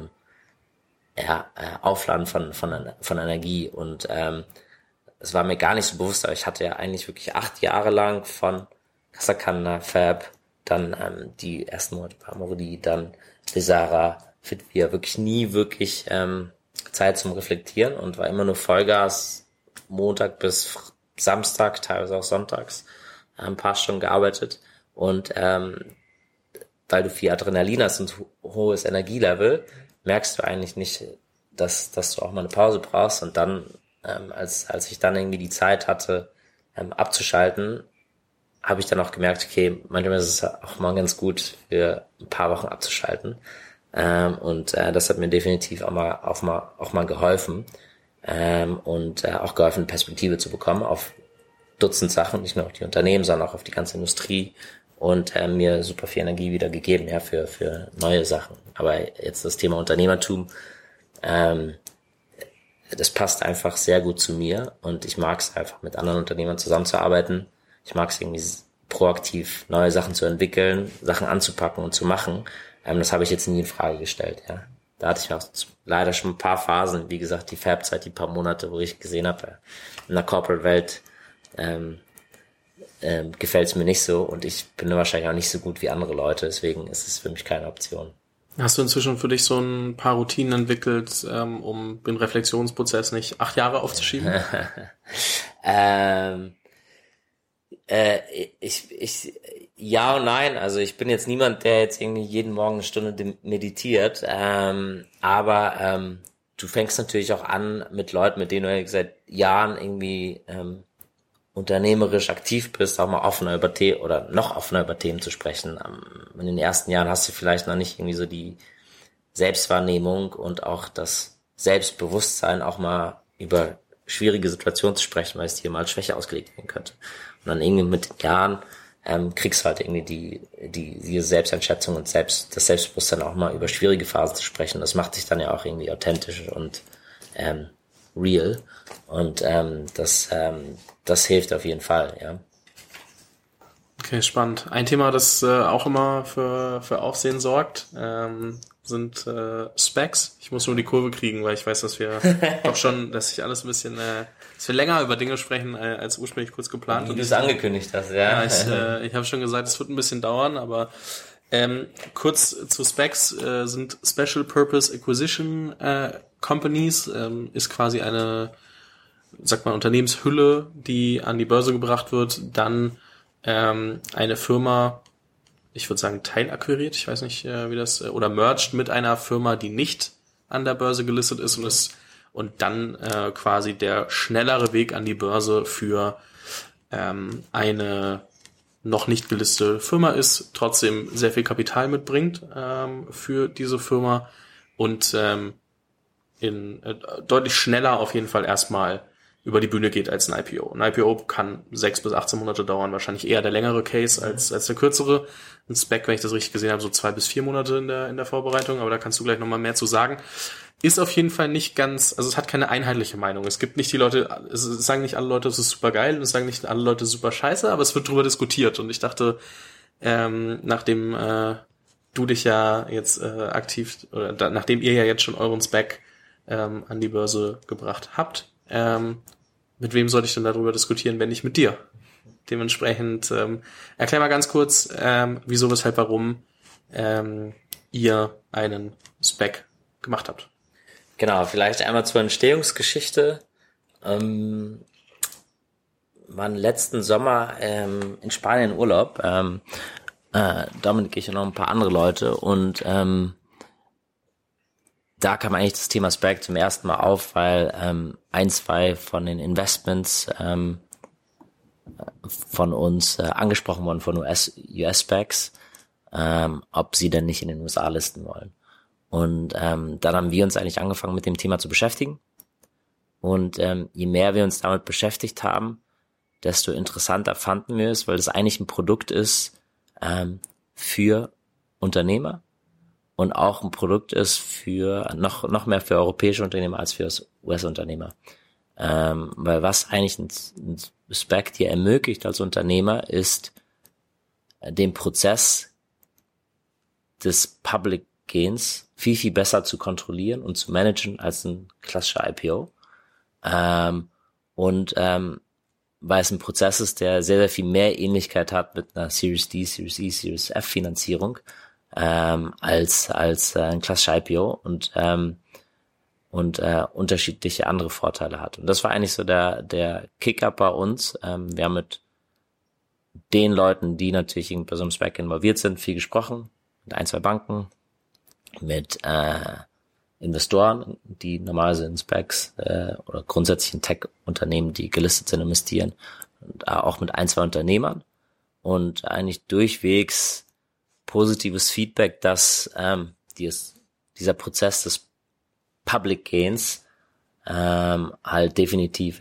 Aufladen von Energie. Und es war mir gar nicht so bewusst, aber ich hatte ja eigentlich wirklich 8 Jahre lang von Kasakanda, Fab, dann die ersten Monate bei Amorelli, dann Lesara, Fitvia, wirklich nie wirklich Zeit zum Reflektieren und war immer nur Vollgas, Montag bis Samstag, teilweise auch sonntags, ein paar Stunden gearbeitet und weil du viel Adrenalin hast und hohes Energielevel, merkst du eigentlich nicht, dass du auch mal eine Pause brauchst und dann, als ich dann irgendwie die Zeit hatte, abzuschalten, habe ich dann auch gemerkt, okay, manchmal ist es auch mal ganz gut, für ein paar Wochen abzuschalten. Und das hat mir definitiv auch mal geholfen. Und auch geholfen, eine Perspektive zu bekommen auf Dutzend Sachen, nicht nur auf die Unternehmen, sondern auch auf die ganze Industrie und mir super viel Energie wieder gegeben, ja, für neue Sachen. Aber jetzt das Thema Unternehmertum, das passt einfach sehr gut zu mir und ich mag es einfach, mit anderen Unternehmern zusammenzuarbeiten. Ich mag es irgendwie proaktiv, neue Sachen zu entwickeln, Sachen anzupacken und zu machen. Das habe ich jetzt nie in Frage gestellt, ja. Da hatte ich auch leider schon ein paar Phasen, wie gesagt, die Fab-Zeit, die paar Monate, wo ich gesehen habe, in der Corporate-Welt gefällt es mir nicht so und ich bin wahrscheinlich auch nicht so gut wie andere Leute, deswegen ist es für mich keine Option. Hast du inzwischen für dich so ein paar Routinen entwickelt, um den Reflexionsprozess nicht 8 Jahre aufzuschieben? Ja und nein, also ich bin jetzt niemand, der jetzt irgendwie jeden Morgen eine Stunde meditiert, aber du fängst natürlich auch an mit Leuten, mit denen du seit Jahren irgendwie unternehmerisch aktiv bist, auch mal offener über Themen oder noch offener über Themen zu sprechen. In den ersten Jahren hast du vielleicht noch nicht irgendwie so die Selbstwahrnehmung und auch das Selbstbewusstsein, auch mal über schwierige Situationen zu sprechen, weil es dir mal Schwäche ausgelegt werden könnte. Und dann irgendwie mit den Jahren kriegst du halt irgendwie die Selbsteinschätzung und das Selbstbewusstsein auch mal über schwierige Phasen zu sprechen. Das macht dich dann ja auch irgendwie authentisch und real. Und das hilft auf jeden Fall, ja. Okay, spannend. Ein Thema, das auch immer für Aufsehen sorgt, sind Specs. Ich muss nur die Kurve kriegen, weil ich weiß, dass wir dass ich alles ein bisschen, dass wir länger über Dinge sprechen, als ursprünglich kurz geplant. Wie du es angekündigt hast, ja. Ja, ich habe schon gesagt, es wird ein bisschen dauern, aber kurz zu Specs sind Special Purpose Acquisition Companies, ist quasi eine, sagt man, Unternehmenshülle, die an die Börse gebracht wird, dann eine Firma, ich würde sagen teilakquiriert, ich weiß nicht, wie das, oder merged mit einer Firma, die nicht an der Börse gelistet ist und dann quasi der schnellere Weg an die Börse für eine noch nicht gelistete Firma ist, trotzdem sehr viel mitbringt für diese Firma und deutlich schneller auf jeden Fall erstmal über die Bühne geht als ein IPO. Ein IPO kann 6 bis 18 Monate dauern, wahrscheinlich eher der längere Case als der kürzere. Ein SPAC, wenn ich das richtig gesehen habe, so 2 bis 4 Monate in der Vorbereitung, aber da kannst du gleich nochmal mehr zu sagen. Ist auf jeden Fall nicht ganz, also es hat keine einheitliche Meinung. Es gibt nicht die Leute, es sagen nicht alle Leute, es ist super geil, und es sagen nicht alle Leute super scheiße, aber es wird drüber diskutiert. Und ich dachte, nachdem du dich ja jetzt aktiv, oder nachdem ihr ja jetzt schon euren SPAC an die Börse gebracht habt, mit wem sollte ich denn darüber diskutieren, wenn nicht mit dir? Dementsprechend erklär mal ganz kurz, wieso, weshalb, warum ihr einen SPAC gemacht habt. Genau, vielleicht einmal zur Entstehungsgeschichte. Waren letzten Sommer in Spanien in Urlaub. Dominik, ich und noch ein paar andere Leute. Und da kam eigentlich das Thema SPAC zum ersten Mal auf, weil 2 von den Investments von uns angesprochen wurden von US-SPACs, ob sie denn nicht in den USA listen wollen. Und dann haben wir uns eigentlich angefangen, mit dem Thema zu beschäftigen. Und je mehr wir uns damit beschäftigt haben, desto interessanter fanden wir es, weil das eigentlich ein Produkt ist für Unternehmer und auch ein Produkt ist für noch mehr für europäische Unternehmer als für US-Unternehmer. Weil was eigentlich ein SPAC dir ermöglicht als Unternehmer, ist den Prozess des Public Gains viel, viel besser zu kontrollieren und zu managen als ein klassischer IPO. Weil es ein Prozess ist, der sehr, sehr viel mehr Ähnlichkeit hat mit einer Series D, Series E, Series F Finanzierung als ein klassischer IPO und unterschiedliche andere Vorteile hat. Und das war eigentlich so der Kick-up bei uns. Wir haben mit den Leuten, die natürlich bei so einem SPAC involviert sind, viel gesprochen, mit 1, 2 Banken, mit Investoren, die normalerweise in SPACs oder grundsätzlich in Tech-Unternehmen, die gelistet sind, investieren, und auch mit 1, 2 Unternehmern und eigentlich durchwegs positives Feedback, dass dieser Prozess des Public Gains halt definitiv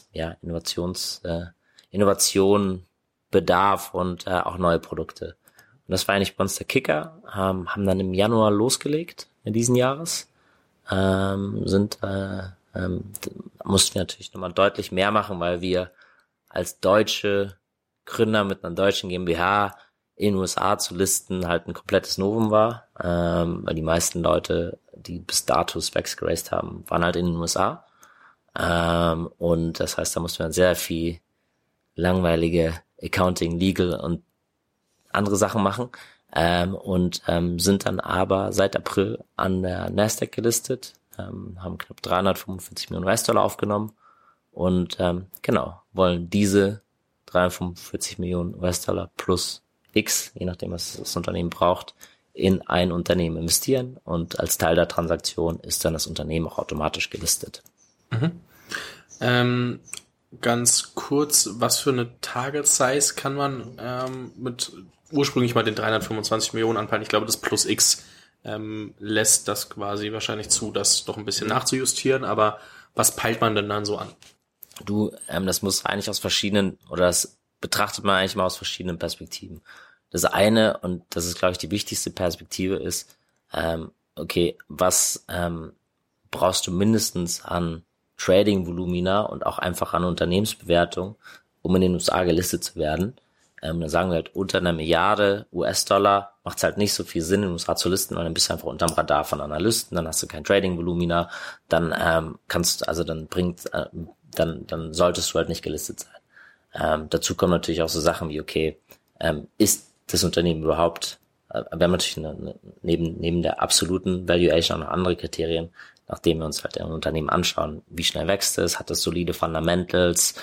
Innovation bedarf und auch neue Mussten Und das war eigentlich bei uns der Kicker, haben dann im Januar losgelegt in diesen Jahres, mussten wir natürlich nochmal deutlich mehr machen, weil wir als deutsche Gründer mit einer deutschen GmbH in den USA zu listen halt ein komplettes Novum war, weil die meisten Leute, die bis dato SPACs geraced haben, waren halt in den USA. Und das heißt, da mussten wir sehr viel langweilige Accounting, Legal und andere Sachen machen, sind dann aber seit April an der Nasdaq gelistet, haben knapp 345 Millionen US-Dollar aufgenommen und wollen diese 345 Millionen US-Dollar plus X, je nachdem was das Unternehmen braucht, in ein Unternehmen investieren und als Teil der Transaktion ist dann das Unternehmen auch automatisch gelistet. Mhm. Ganz kurz, was für eine Target Size kann man mit ursprünglich mal den 325 Millionen anpeilen? Ich glaube, das Plus X lässt das quasi wahrscheinlich zu, das doch ein bisschen nachzujustieren, aber was peilt man denn dann so an? Das muss eigentlich das betrachtet man eigentlich mal aus verschiedenen Perspektiven. Das eine, und das ist, glaube ich, die wichtigste Perspektive, ist, was brauchst du mindestens an Trading-Volumina und auch einfach an Unternehmensbewertung, um in den USA gelistet zu werden. Dann sagen wir halt, unter 1 Milliarde US-Dollar macht es halt nicht so viel Sinn, in den USA zu listen, weil dann bist du einfach unterm Radar von Analysten, dann hast du kein Trading-Volumina, dann dann solltest du halt nicht gelistet sein. Dazu kommen natürlich auch so Sachen wie, ist das Unternehmen überhaupt, wir haben natürlich neben der absoluten Valuation auch noch andere Kriterien, nachdem wir uns halt ein Unternehmen anschauen, wie schnell wächst es, hat es solide Fundamentals,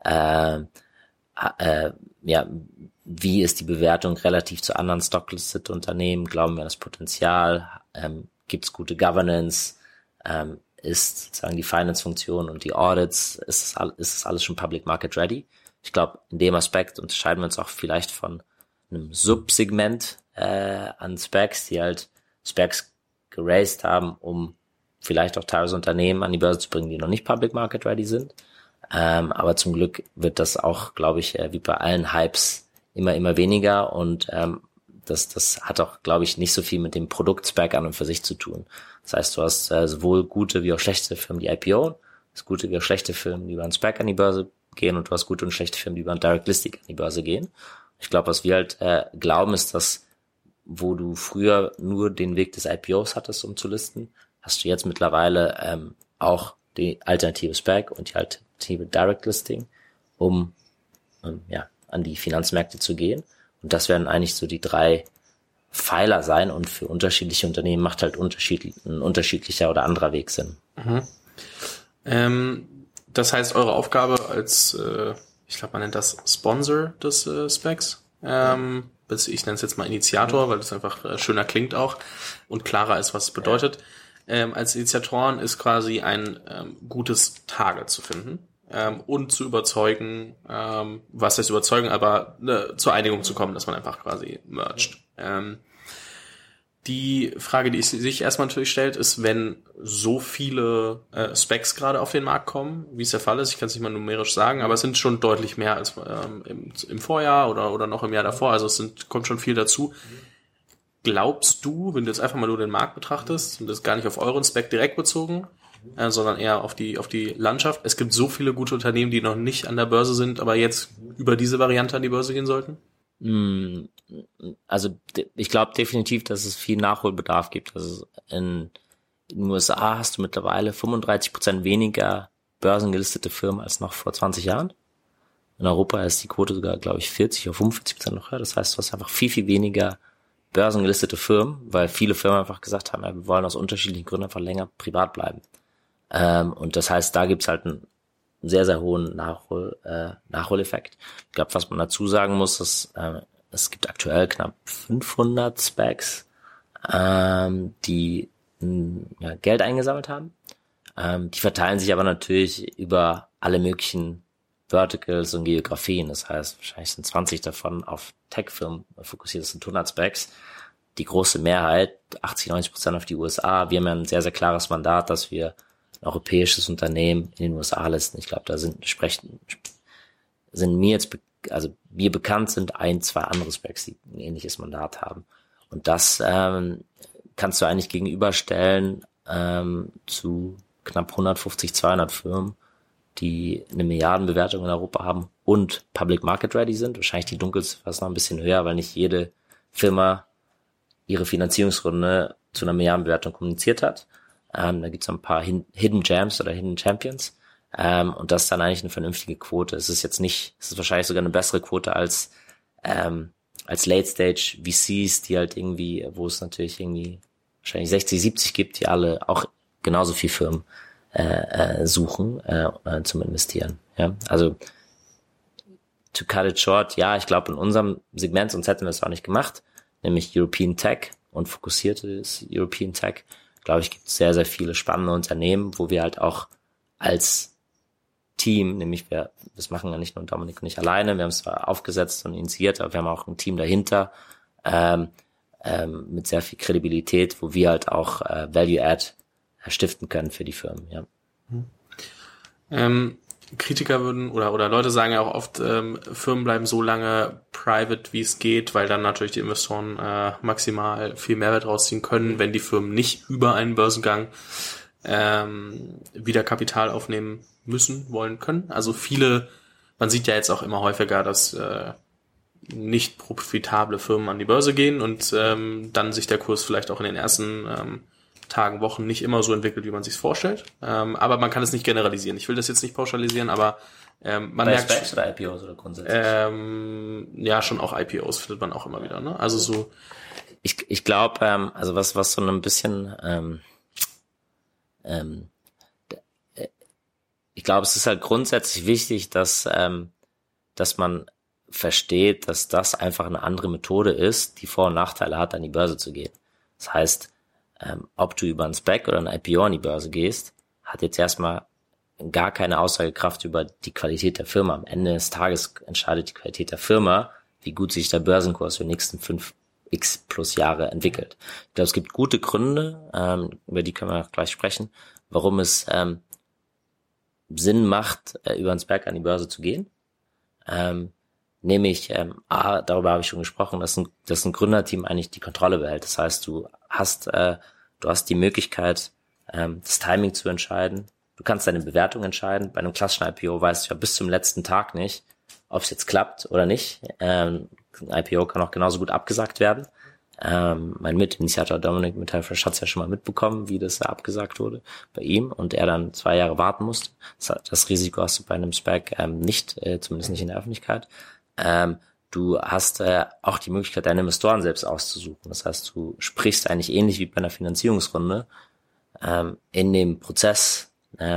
wie ist die Bewertung relativ zu anderen stocklisted Unternehmen, glauben wir an das Potenzial, gibt es gute Governance, ist sozusagen die Finance-Funktion und die Audits, ist es alles schon Public Market ready? Ich glaube, in dem Aspekt unterscheiden wir uns auch vielleicht von einem Subsegment an SPACs, die halt SPACs geraced haben, um vielleicht auch teilweise Unternehmen an die Börse zu bringen, die noch nicht Public Market ready sind. Aber zum Glück wird das auch, glaube ich, wie bei allen Hypes immer weniger und das hat auch, glaube ich, nicht so viel mit dem Produktspec an und für sich zu tun. Das heißt, du hast sowohl gute wie auch schlechte Firmen, die IPO, du hast gute wie auch schlechte Firmen, die über einen Spec an die Börse gehen und du hast gute und schlechte Firmen, die über ein Direct Listing an die Börse gehen. Ich glaube, was wir halt glauben, ist, dass wo du früher nur den Weg des IPOs hattest, um zu listen, hast du jetzt mittlerweile auch die alternative Spec und die alternative Direct Listing, um an die Finanzmärkte zu gehen. Und das werden eigentlich so die 3 Pfeiler sein und für unterschiedliche Unternehmen macht halt ein unterschiedlicher oder anderer Weg Sinn. Das heißt, eure Aufgabe als, ich glaube, man nennt das Sponsor des Specs, ich nenne es jetzt mal Initiator, weil das einfach schöner klingt auch und klarer ist, was es bedeutet. Als Initiatoren ist quasi ein gutes Target zu finden und zu überzeugen, was heißt überzeugen, aber zur Einigung zu kommen, dass man einfach quasi mergt. Die Frage, die sich erstmal natürlich stellt, ist, wenn so viele Specs gerade auf den Markt kommen, wie es der Fall ist, ich kann es nicht mal numerisch sagen, aber es sind schon deutlich mehr als im Vorjahr oder noch im Jahr davor, also kommt schon viel dazu. Glaubst du, wenn du jetzt einfach mal nur den Markt betrachtest und das gar nicht auf euren Spec direkt bezogen, sondern eher auf die Landschaft, es gibt so viele gute Unternehmen, die noch nicht an der Börse sind, aber jetzt über diese Variante an die Börse gehen sollten? Also ich glaube definitiv, dass es viel Nachholbedarf gibt. Also in den USA hast du mittlerweile 35% weniger börsengelistete Firmen als noch vor 20 Jahren. In Europa ist die Quote sogar, glaube ich, 40 oder 45% noch höher. Das heißt, du hast einfach viel weniger börsengelistete Firmen, weil viele Firmen einfach gesagt haben, ja, wir wollen aus unterschiedlichen Gründen einfach länger privat bleiben. Und das heißt, da gibt's halt einen sehr, sehr hohen Nachholeffekt. Ich glaube, was man dazu sagen muss, ist, es gibt aktuell knapp 500 Specs, die Geld eingesammelt haben. Die verteilen sich aber natürlich über alle möglichen Verticals und Geografien. Das heißt, wahrscheinlich sind 20 davon auf Tech-Firmen fokussiert. Das sind 100 Specs. Die große Mehrheit, 80-90% auf die USA. Wir haben ja ein sehr, sehr klares Mandat, dass wir ein europäisches Unternehmen in den USA listen. Ich glaube, da sind mir jetzt, also mir bekannt sind 2 andere Specs, die ein ähnliches Mandat haben. Und das kannst du eigentlich gegenüberstellen zu knapp 150, 200 Firmen, die eine Milliardenbewertung in Europa haben und Public Market Ready sind. Wahrscheinlich die Dunkelziffer ist noch ein bisschen höher, weil nicht jede Firma ihre Finanzierungsrunde zu einer Milliardenbewertung kommuniziert hat. Da gibt's ein paar Hidden Gems oder Hidden Champions. Und das ist dann eigentlich eine vernünftige Quote. Es ist wahrscheinlich sogar eine bessere Quote als Late Stage VCs, die halt irgendwie, wo es natürlich irgendwie wahrscheinlich 60, 70 gibt, die alle auch genauso viel Firmen suchen zum Investieren. Ja, also to cut it short, ja, ich glaube in unserem Segment, sonst hätten wir es auch nicht gemacht, nämlich European Tech und fokussiertes European Tech, glaube ich, gibt es sehr, sehr viele spannende Unternehmen, wo wir halt auch als Team, nämlich das machen ja nicht nur Dominik und ich alleine, wir haben es zwar aufgesetzt und initiiert, aber wir haben auch ein Team dahinter mit sehr viel Kredibilität, wo wir halt auch Value-Add stiften können für die Firmen, ja. Kritiker würden oder Leute sagen ja auch oft, Firmen bleiben so lange private, wie es geht, weil dann natürlich die Investoren maximal viel Mehrwert rausziehen können, wenn die Firmen nicht über einen Börsengang wieder Kapital aufnehmen müssen, wollen, können. Also man sieht ja jetzt auch immer häufiger, dass nicht profitable Firmen an die Börse gehen und dann sich der Kurs vielleicht auch in den ersten Tagen, Wochen nicht immer so entwickelt, wie man sich vorstellt. Aber man kann es nicht generalisieren. Ich will das jetzt nicht pauschalisieren, aber man merkt... Bei Specs oder IPOs oder grundsätzlich? Ja, schon auch IPOs findet man auch immer wieder. Ne? Also so... Ich glaube, also was so ein bisschen... ich glaube, es ist halt grundsätzlich wichtig, dass man versteht, dass das einfach eine andere Methode ist, die Vor- und Nachteile hat, an die Börse zu gehen. Das heißt, ob du über ein Spec oder ein IPO an die Börse gehst, hat jetzt erstmal gar keine Aussagekraft über die Qualität der Firma. Am Ende des Tages entscheidet die Qualität der Firma, wie gut sich der Börsenkurs für die nächsten 5x plus Jahre entwickelt. Ich glaube, es gibt gute Gründe, über die können wir auch gleich sprechen, warum es Sinn macht, über einen SPAC an die Börse zu gehen. Nämlich, darüber habe ich schon gesprochen, dass ein Gründerteam eigentlich die Kontrolle behält. Das heißt, du hast die Möglichkeit, das Timing zu entscheiden. Du kannst deine Bewertung entscheiden. Bei einem klassischen IPO weißt du ja bis zum letzten Tag nicht, ob es jetzt klappt oder nicht. Ein IPO kann auch genauso gut abgesagt werden. Mein Mitinitiator Dominik Mittelfresh hat es ja schon mal mitbekommen, wie das abgesagt wurde bei ihm und er dann 2 Jahre warten musste. Das Risiko hast du bei einem SPAC nicht, zumindest nicht in der Öffentlichkeit. Du hast auch die Möglichkeit, deine Investoren selbst auszusuchen. Das heißt, du sprichst eigentlich ähnlich wie bei einer Finanzierungsrunde in dem Prozess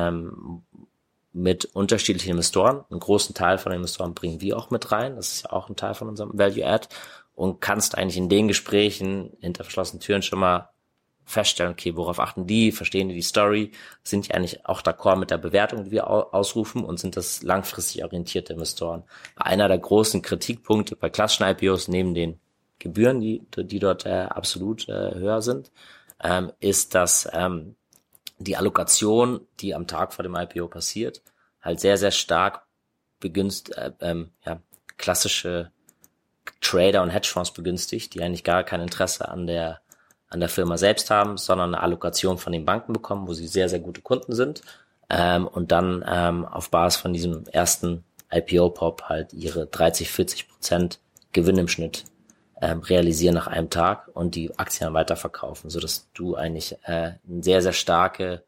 mit unterschiedlichen Investoren. Einen großen Teil von den Investoren bringen wir auch mit rein. Das ist ja auch ein Teil von unserem Value Add. Und kannst eigentlich in den Gesprächen hinter verschlossenen Türen schon mal feststellen, okay, worauf achten die, verstehen die Story, sind die eigentlich auch d'accord mit der Bewertung, die wir ausrufen und sind das langfristig orientierte Investoren. Einer der großen Kritikpunkte bei klassischen IPOs neben den Gebühren, die dort absolut höher sind, ist, dass die Allokation, die am Tag vor dem IPO passiert, halt sehr, sehr stark klassische Trader und Hedgefonds begünstigt, die eigentlich gar kein Interesse an der Firma selbst haben, sondern eine Allokation von den Banken bekommen, wo sie sehr, sehr gute Kunden sind und dann auf Basis von diesem ersten IPO-Pop halt ihre 30-40% Gewinn im Schnitt realisieren nach einem Tag und die Aktien dann weiterverkaufen, sodass du eigentlich einen sehr, sehr starken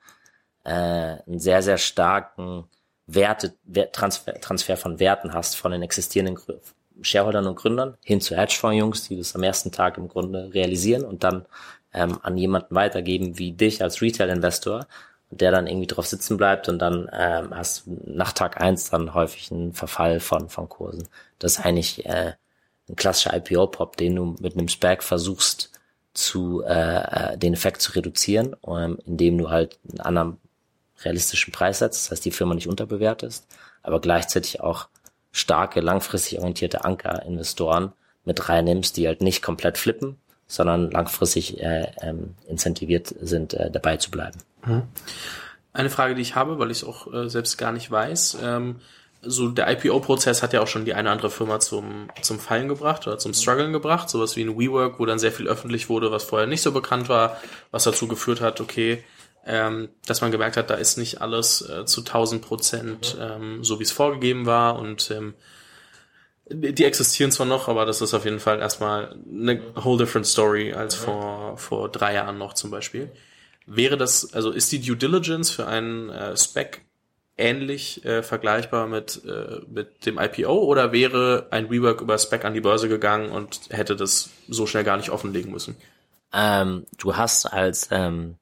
Transfer von Werten hast von den existierenden Shareholdern und Gründern hin zu Hedgefonds-Jungs, die das am ersten Tag im Grunde realisieren und dann an jemanden weitergeben wie dich als Retail-Investor, der dann irgendwie drauf sitzen bleibt und dann hast du nach Tag 1 dann häufig einen Verfall von Kursen. Das ist eigentlich ein klassischer IPO-Pop, den du mit einem SPAC versuchst den Effekt zu reduzieren, indem du halt einen anderen realistischen Preis setzt, das heißt die Firma nicht unterbewertest, aber gleichzeitig auch starke, langfristig orientierte Anker-Investoren mit reinnimmst, die halt nicht komplett flippen, sondern langfristig incentiviert sind, dabei zu bleiben. Eine Frage, die ich habe, weil ich es auch selbst gar nicht weiß, so der IPO-Prozess hat ja auch schon die eine oder andere Firma zum Fallen gebracht oder zum Strugglen gebracht, sowas wie ein WeWork, wo dann sehr viel öffentlich wurde, was vorher nicht so bekannt war, was dazu geführt hat, okay, dass man gemerkt hat, da ist nicht alles zu 1000% so wie es vorgegeben war und die existieren zwar noch, aber das ist auf jeden Fall erstmal eine whole different story als vor 3 Jahren noch zum Beispiel. Ist die Due Diligence für einen SPAC ähnlich vergleichbar mit dem IPO oder wäre ein WeWork über SPAC an die Börse gegangen und hätte das so schnell gar nicht offenlegen müssen? Du hast als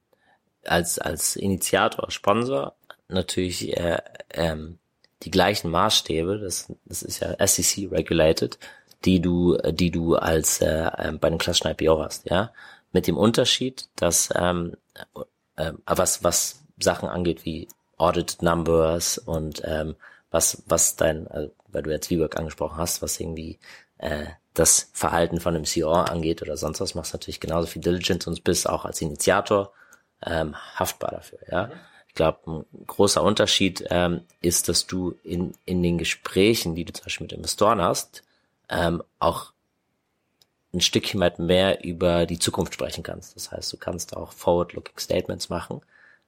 Initiator, Sponsor natürlich die gleichen Maßstäbe, das ist ja SEC regulated, die du als bei einem klassischen IPO hast, ja, mit dem Unterschied, dass was Sachen angeht wie Audited Numbers und was weil du jetzt WeWork angesprochen hast, was irgendwie das Verhalten von einem CEO angeht oder sonst was, machst du natürlich genauso viel Diligence und bist auch als Initiator haftbar dafür, ja. Ich glaube, ein großer Unterschied ist, dass du in den Gesprächen, die du zum Beispiel mit Investoren hast, auch ein Stückchen weit mehr über die Zukunft sprechen kannst. Das heißt, du kannst auch Forward-Looking Statements machen,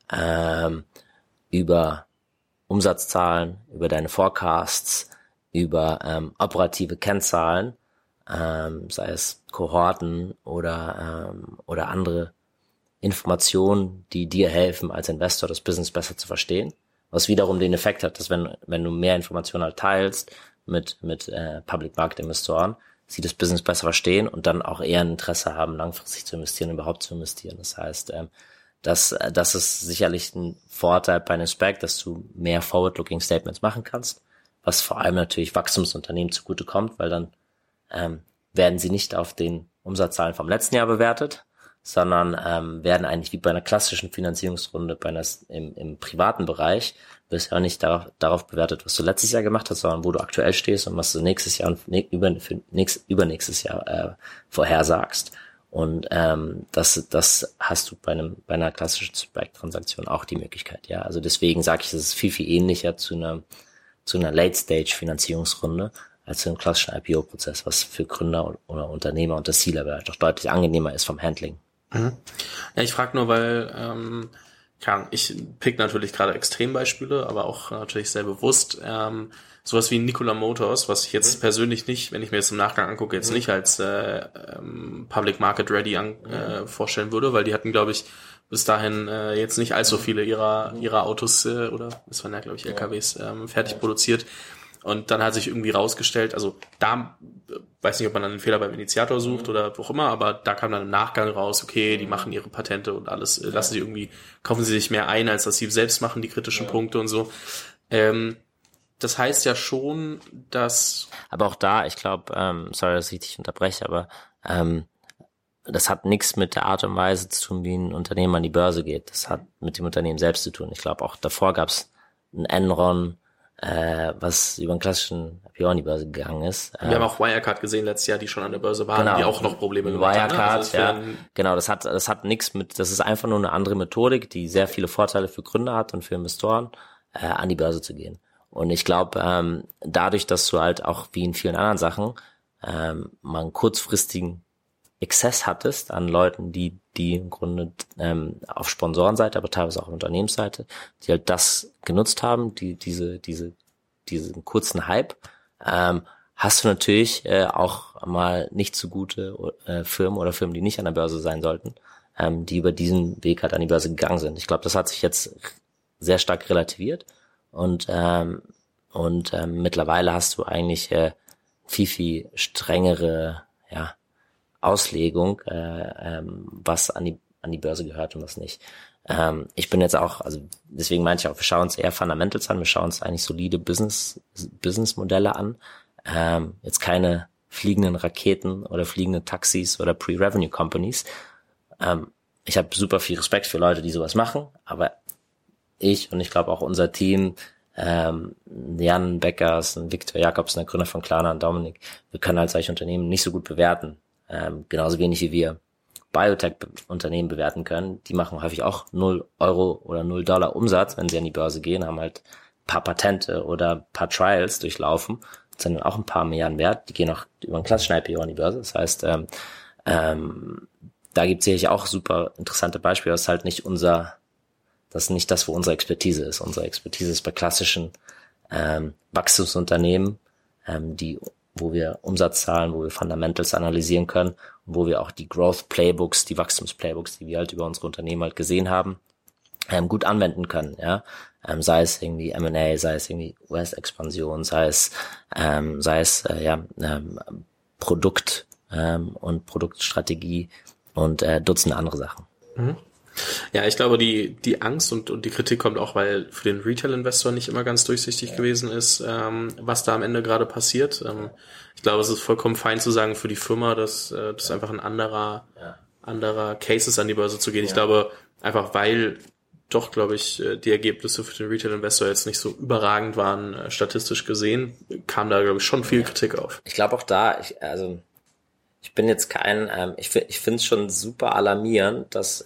über Umsatzzahlen, über deine Forecasts, über operative Kennzahlen, sei es Kohorten oder andere Informationen, die dir helfen, als Investor das Business besser zu verstehen. Was wiederum den Effekt hat, dass wenn du mehr Informationen halt teilst mit Public Market Investoren, sie das Business besser verstehen und dann auch eher ein Interesse haben, langfristig zu investieren, überhaupt zu investieren. Das heißt, das ist sicherlich ein Vorteil bei einem SPAC, dass du mehr Forward-Looking Statements machen kannst, was vor allem natürlich Wachstumsunternehmen zugutekommt, weil dann werden sie nicht auf den Umsatzzahlen vom letzten Jahr bewertet, sondern werden eigentlich wie bei einer klassischen Finanzierungsrunde im privaten Bereich, wirst ja nicht darauf bewertet, was du letztes Jahr gemacht hast, sondern wo du aktuell stehst und was du nächstes Jahr und übernächstes Jahr vorhersagst. Und das hast du bei einer klassischen SPAC-Transaktion auch die Möglichkeit, ja. Also deswegen sage ich, es ist viel, viel ähnlicher zu einer Late-Stage-Finanzierungsrunde als zu einem klassischen IPO-Prozess, was für Gründer oder Unternehmer und das C-Level halt auch deutlich angenehmer ist vom Handling. Mhm. Ja, ich frage nur, weil ich pick natürlich gerade Extrembeispiele, aber auch natürlich sehr bewusst sowas wie Nikola Motors, was ich jetzt persönlich nicht, wenn ich mir jetzt im Nachgang angucke, jetzt nicht als Public Market Ready vorstellen würde, weil die hatten, glaube ich, bis dahin jetzt nicht allzu viele ihrer Autos oder es waren ja, glaube ich, LKWs fertig produziert. Und dann hat sich irgendwie rausgestellt, also da, weiß nicht, ob man dann einen Fehler beim Initiator sucht oder wo auch immer, aber da kam dann im Nachgang raus, okay, die machen ihre Patente und alles, lassen sie irgendwie, kaufen sie sich mehr ein, als dass sie selbst machen, die kritischen Punkte und so. Das heißt ja schon, dass... Aber auch da, ich glaube, sorry, dass ich dich unterbreche, aber das hat nichts mit der Art und Weise zu tun, wie ein Unternehmen an die Börse geht. Das hat mit dem Unternehmen selbst zu tun. Ich glaube, auch davor gab es ein Enron, was über einen klassischen IPO an die Börse gegangen ist. Wir haben auch Wirecard gesehen letztes Jahr, die schon an der Börse waren, genau, die auch noch Probleme gemacht haben. Wirecard, ja, genau, das hat nichts mit, das ist einfach nur eine andere Methodik, die sehr viele Vorteile für Gründer hat und für Investoren, an die Börse zu gehen. Und ich glaube, dadurch, dass du halt auch wie in vielen anderen Sachen mal einen kurzfristigen Exzess hattest an Leuten, die im Grunde auf Sponsorenseite, aber teilweise auch auf Unternehmensseite, die halt das genutzt haben, diesen kurzen Hype, hast du natürlich auch mal nicht so gute Firmen oder Firmen, die nicht an der Börse sein sollten, die über diesen Weg halt an die Börse gegangen sind. Ich glaube, das hat sich jetzt sehr stark relativiert und mittlerweile hast du eigentlich viel, viel strengere, Auslegung, was an die Börse gehört und was nicht. Ich bin jetzt auch, also deswegen meinte ich auch, wir schauen uns eher Fundamentals an, wir schauen uns eigentlich solide Business-Modelle an. Jetzt keine fliegenden Raketen oder fliegende Taxis oder Pre-Revenue Companies. Ich habe super viel Respekt für Leute, die sowas machen, aber ich glaube auch unser Team, Jan Beckers, Viktor Jakobsen, der Gründer von Klarna und Dominik, wir können halt solche Unternehmen nicht so gut bewerten. Genauso wenig wie wir Biotech-Unternehmen bewerten können. Die machen häufig auch 0 Euro oder $0 Umsatz, wenn sie an die Börse gehen, haben halt ein paar Patente oder ein paar Trials durchlaufen, sind dann auch ein paar Milliarden wert. Die gehen auch über einen klassischen IPO an die Börse. Das heißt, da gibt es sicherlich auch super interessante Beispiele. Das ist halt nicht das ist nicht das, wo unsere Expertise ist. Unsere Expertise ist bei klassischen Wachstumsunternehmen, wo wir Umsatzzahlen, wo wir Fundamentals analysieren können und wo wir auch die Growth Playbooks, die Wachstums-Playbooks, die wir halt über unsere Unternehmen halt gesehen haben, gut anwenden können, ja. Sei es irgendwie M&A, sei es irgendwie US-Expansion, sei es Produkt und Produktstrategie und Dutzende andere Sachen. Mhm. Ja, ich glaube, die Angst und die Kritik kommt auch, weil für den Retail-Investor nicht immer ganz durchsichtig gewesen ist, was da am Ende gerade passiert. Ich glaube, es ist vollkommen fein zu sagen für die Firma, dass das einfach ein anderer Case ist, an die Börse zu gehen. Ich glaube, einfach weil doch, glaube ich, die Ergebnisse für den Retail-Investor jetzt nicht so überragend waren, statistisch gesehen, kam da, glaube ich, schon viel Kritik auf. Ich glaube auch da, ich bin jetzt ich finde es schon super alarmierend, dass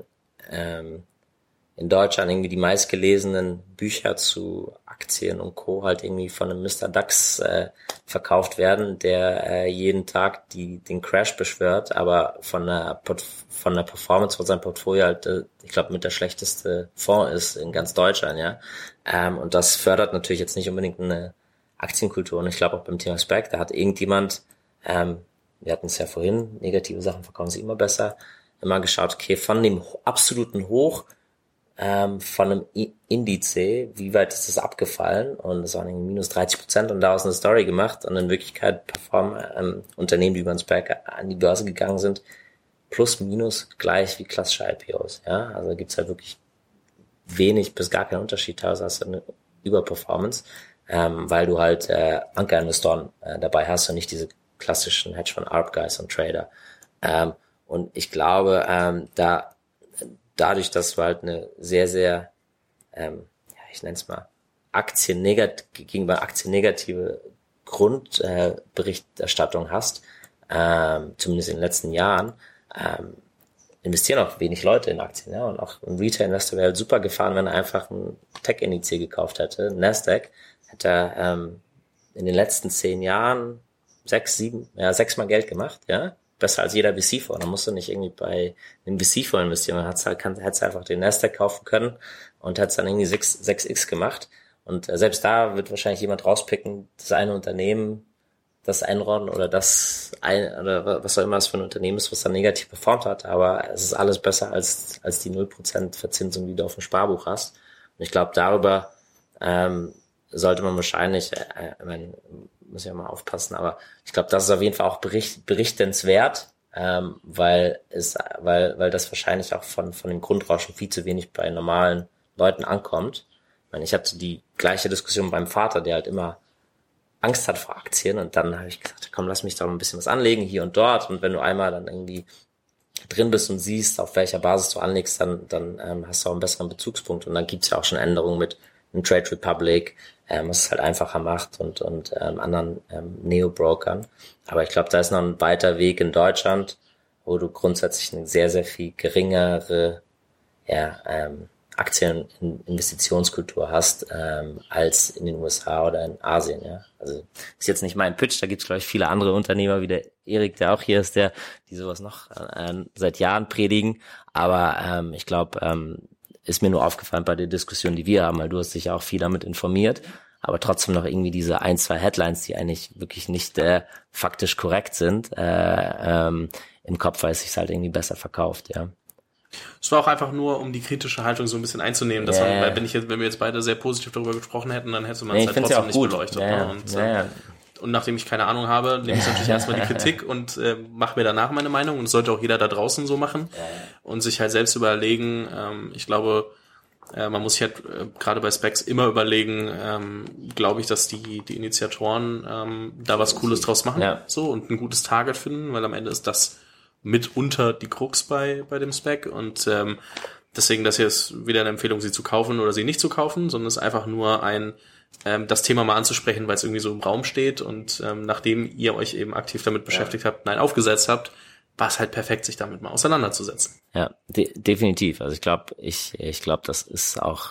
in Deutschland irgendwie die meistgelesenen Bücher zu Aktien und Co. halt irgendwie von einem Mr. DAX verkauft werden, der jeden Tag den Crash beschwört, aber von der Performance von seinem Portfolio halt, ich glaube, mit der schlechteste Fonds ist in ganz Deutschland, ja. Und das fördert natürlich jetzt nicht unbedingt eine Aktienkultur. Und ich glaube auch beim Thema SPAC, da hat irgendjemand, wir hatten es ja vorhin, negative Sachen verkaufen sich immer besser, immer geschaut, okay, von dem absoluten Hoch von einem Indiz, wie weit ist das abgefallen? Und es waren irgendwie -30% und daraus eine Story gemacht. Und in Wirklichkeit performen Unternehmen, die über den SPAC an die Börse gegangen sind, plus minus gleich wie klassische IPOs. Ja, also gibt's halt wirklich wenig bis gar keinen Unterschied. Teilweise hast du eine Überperformance, weil du halt Ankerinvestoren dabei hast und nicht diese klassischen Hedgefonds-Arb-Guys und Trader. Und ich glaube, dadurch, dass du halt eine sehr, sehr, ich nenne es mal, gegenüber aktiennegative Grundberichterstattung hast, zumindest in den letzten Jahren, investieren auch wenig Leute in Aktien, ja, und auch ein Retail-Investor wäre halt super gefahren, wenn er einfach ein Tech-Indiz gekauft hätte. Nasdaq hätte er in den letzten 10 Jahren 6-mal Geld gemacht, ja, besser als jeder VC-Fonds. Da musst du nicht irgendwie bei einem VC-Fonds investieren, man hättest einfach den Nasdaq kaufen können und hättest dann irgendwie 6x gemacht. Und selbst da wird wahrscheinlich jemand rauspicken, das eine Unternehmen, das Enron oder oder was auch immer es für ein Unternehmen ist, was dann negativ performt hat, aber es ist alles besser als die 0% Verzinsung, die du auf dem Sparbuch hast. Und ich glaube, darüber sollte man wahrscheinlich, ich meine, muss ja mal aufpassen, aber ich glaube, das ist auf jeden Fall auch berichtenswert, weil das wahrscheinlich auch von dem Grundrauschen viel zu wenig bei normalen Leuten ankommt. Ich meine, ich hatte die gleiche Diskussion beim Vater, der halt immer Angst hat vor Aktien, und dann habe ich gesagt, komm, lass mich doch ein bisschen was anlegen hier und dort, und wenn du einmal dann irgendwie drin bist und siehst, auf welcher Basis du anlegst, dann hast du auch einen besseren Bezugspunkt, und dann gibt's ja auch schon Änderungen mit einem Trade Republic, was es halt einfacher macht, und anderen Neo-Brokern, aber ich glaube, da ist noch ein weiter Weg in Deutschland, wo du grundsätzlich eine sehr, sehr viel geringere Aktieninvestitionskultur hast als in den USA oder in Asien, ja. Also ist jetzt nicht mein Pitch, da gibt's glaube ich viele andere Unternehmer wie der Erik, der auch hier ist, die sowas noch seit Jahren predigen, aber ich glaube, ist mir nur aufgefallen bei der Diskussion, die wir haben, weil du hast dich ja auch viel damit informiert, aber trotzdem noch irgendwie diese 1-2 Headlines, die eigentlich wirklich nicht faktisch korrekt sind, im Kopf, weil es sich halt irgendwie besser verkauft, ja. Es war auch einfach nur, um die kritische Haltung so ein bisschen einzunehmen, dass man, weil wenn wir jetzt beide sehr positiv darüber gesprochen hätten, dann hätte man es halt trotzdem nicht beleuchtet. Und nachdem ich keine Ahnung habe, nehme ich natürlich erstmal die Kritik und mache mir danach meine Meinung, und das sollte auch jeder da draußen so machen und sich halt selbst überlegen, ich glaube, man muss sich halt gerade bei Specs immer überlegen, glaube ich, dass die Initiatoren da was Cooles draus machen, so, und ein gutes Target finden, weil am Ende ist das mitunter die Krux bei dem Spec, und deswegen, das hier ist wieder eine Empfehlung, sie zu kaufen oder sie nicht zu kaufen, sondern es ist einfach nur das Thema mal anzusprechen, weil es irgendwie so im Raum steht, und nachdem ihr euch eben aktiv damit beschäftigt habt, aufgesetzt habt, war es halt perfekt, sich damit mal auseinanderzusetzen. Ja, definitiv. Also ich glaube, das ist auch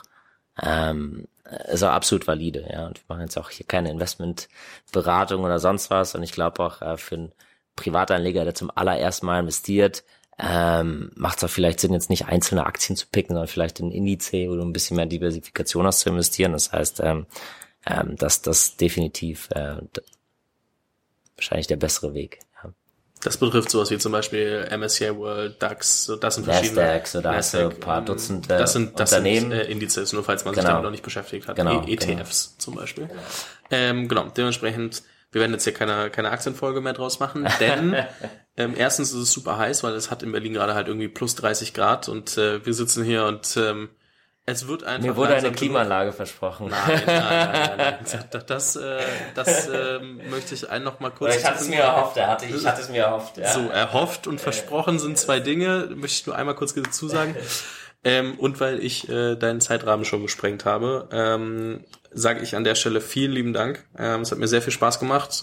absolut valide, ja. Und wir machen jetzt auch hier keine Investmentberatung oder sonst was, und ich glaube auch für einen Privatanleger, der zum allerersten Mal investiert, macht es auch vielleicht Sinn, jetzt nicht einzelne Aktien zu picken, sondern vielleicht in Indiz, wo du ein bisschen mehr Diversifikation hast zu investieren. Das heißt, dass das definitiv wahrscheinlich der bessere Weg. Ja. Das betrifft sowas wie zum Beispiel MSCI World, DAX, so, das sind verschiedene. Nasdaq, so da hast du ein paar Dutzend Unternehmen. Das sind Indizes, nur falls man sich damit noch nicht beschäftigt hat. Genau, ETFs zum Beispiel. Genau, dementsprechend, wir werden jetzt hier keine Aktienfolge mehr draus machen, denn erstens ist es super heiß, weil es hat in Berlin gerade halt irgendwie plus 30 Grad, und wir sitzen hier und es wird einfach... Mir wurde eine Klimaanlage versprochen. Nein. Das möchte ich noch mal kurz... Ich hatte es mir erhofft. Ja. So, erhofft und versprochen sind zwei Dinge, möchte ich nur einmal kurz dazu sagen. Und weil ich deinen Zeitrahmen schon gesprengt habe, sage ich an der Stelle vielen lieben Dank. Es hat mir sehr viel Spaß gemacht.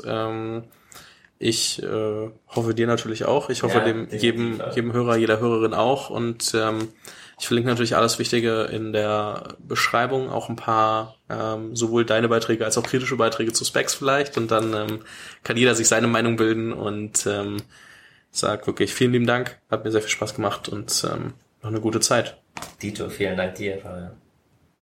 Ich hoffe dir natürlich auch. Ich hoffe jedem Hörer, jeder Hörerin auch. Und ich verlinke natürlich alles Wichtige in der Beschreibung, auch ein paar sowohl deine Beiträge als auch kritische Beiträge zu Specs vielleicht. Und dann kann jeder sich seine Meinung bilden, und sag wirklich vielen lieben Dank. Hat mir sehr viel Spaß gemacht, und noch eine gute Zeit. Dito, vielen Dank dir.